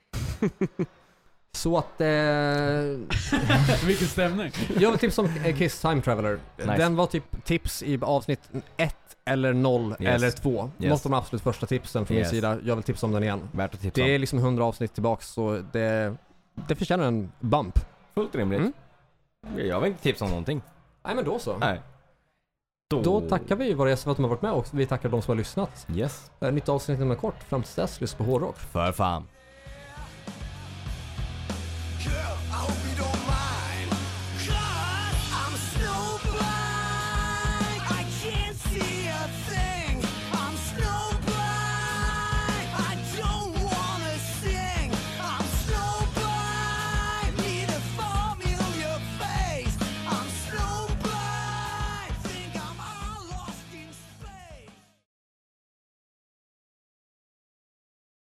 Speaker 2: Så att... Eh,
Speaker 3: Vilken stämning.
Speaker 2: jag vill tipsa om eh, Kiss Time Traveler.
Speaker 1: Nice.
Speaker 2: Den var typ tips i avsnitt ett eller noll
Speaker 1: Yes.
Speaker 2: eller två.
Speaker 1: Yes.
Speaker 2: Något av de absolut första tipsen från
Speaker 1: Yes.
Speaker 2: min sida. Jag vill tipsa om den igen.
Speaker 1: Värt att tipsa
Speaker 2: Det är
Speaker 1: om.
Speaker 2: liksom hundra avsnitt tillbaks så det, det förtjänar en bump.
Speaker 1: Fullt rimligt.
Speaker 2: Mm.
Speaker 1: Jag vill inte tipsa om någonting.
Speaker 2: Nej men då så.
Speaker 1: Nej.
Speaker 2: Då tackar vi våra gäster för att de har varit med och vi tackar de som har lyssnat.
Speaker 1: Yes.
Speaker 2: Eh, Nytt avsnitt inom kort. Fram till dess, lyssna på hårdrock.
Speaker 1: För fan.